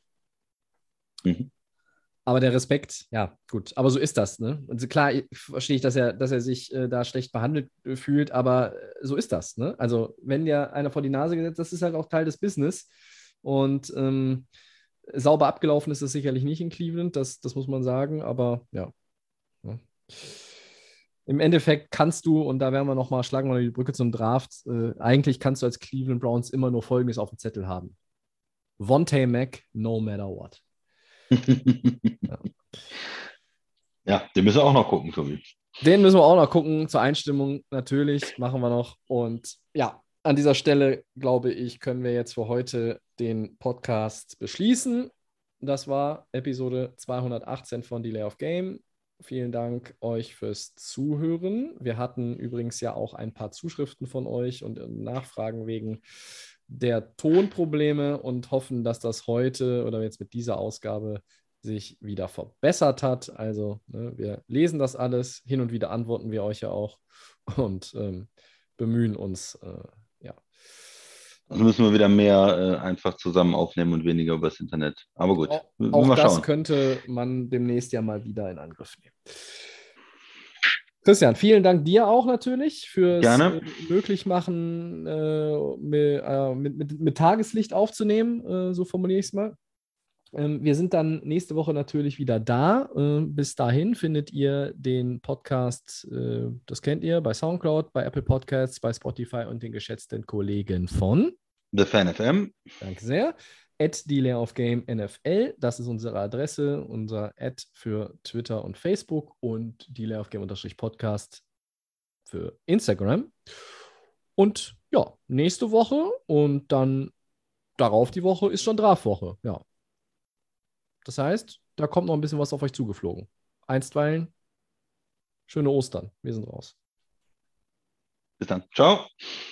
Mhm. Aber der Respekt, ja, gut. Aber so ist das, ne? Und klar, verstehe ich, dass er, dass er sich äh, da schlecht behandelt äh, fühlt, aber äh, so ist das, ne? Also, wenn dir einer vor die Nase gesetzt, das ist halt auch Teil des Business. Und ähm, sauber abgelaufen ist es sicherlich nicht in Cleveland, das, das muss man sagen, aber ja. ja. Im Endeffekt kannst du, und da werden wir nochmal, schlagen wir noch die Brücke zum Draft, äh, eigentlich kannst du als Cleveland Browns immer nur Folgendes auf dem Zettel haben. Vontae Mack, no matter what. ja. ja, den müssen wir auch noch gucken, Tobi. Den müssen wir auch noch gucken, zur Einstimmung natürlich, machen wir noch. Und ja, an dieser Stelle, glaube ich, können wir jetzt für heute den Podcast beschließen. Das war Episode zweihundertachtzehn von Delay of Game. Vielen Dank euch fürs Zuhören. Wir hatten übrigens ja auch ein paar Zuschriften von euch und Nachfragen wegen der Tonprobleme und hoffen, dass das heute oder jetzt mit dieser Ausgabe sich wieder verbessert hat. Also ne, wir lesen das alles, hin und wieder antworten wir euch ja auch und ähm, bemühen uns, äh, ja. Also müssen wir wieder mehr äh, einfach zusammen aufnehmen und weniger übers Internet. Aber gut, auch, mal auch das schauen. könnte man demnächst ja mal wieder in Angriff nehmen. Christian, vielen Dank dir auch natürlich fürs Gerne. äh, Möglichmachen, äh, mit, äh, mit, mit, mit Tageslicht aufzunehmen, äh, so formuliere ich es mal. Ähm, wir sind dann nächste Woche natürlich wieder da. Äh, bis dahin findet ihr den Podcast, äh, das kennt ihr, bei SoundCloud, bei Apple Podcasts, bei Spotify und den geschätzten Kollegen von The Fan F M. Danke sehr. at Delay of Game N F L, das ist unsere Adresse, unser Ad für Twitter und Facebook und Delay of Game Podcast für Instagram. Und ja, nächste Woche und dann darauf die Woche ist schon Draftwoche. Ja. Das heißt, da kommt noch ein bisschen was auf euch zugeflogen. Einstweilen, schöne Ostern. Wir sind raus. Bis dann. Ciao.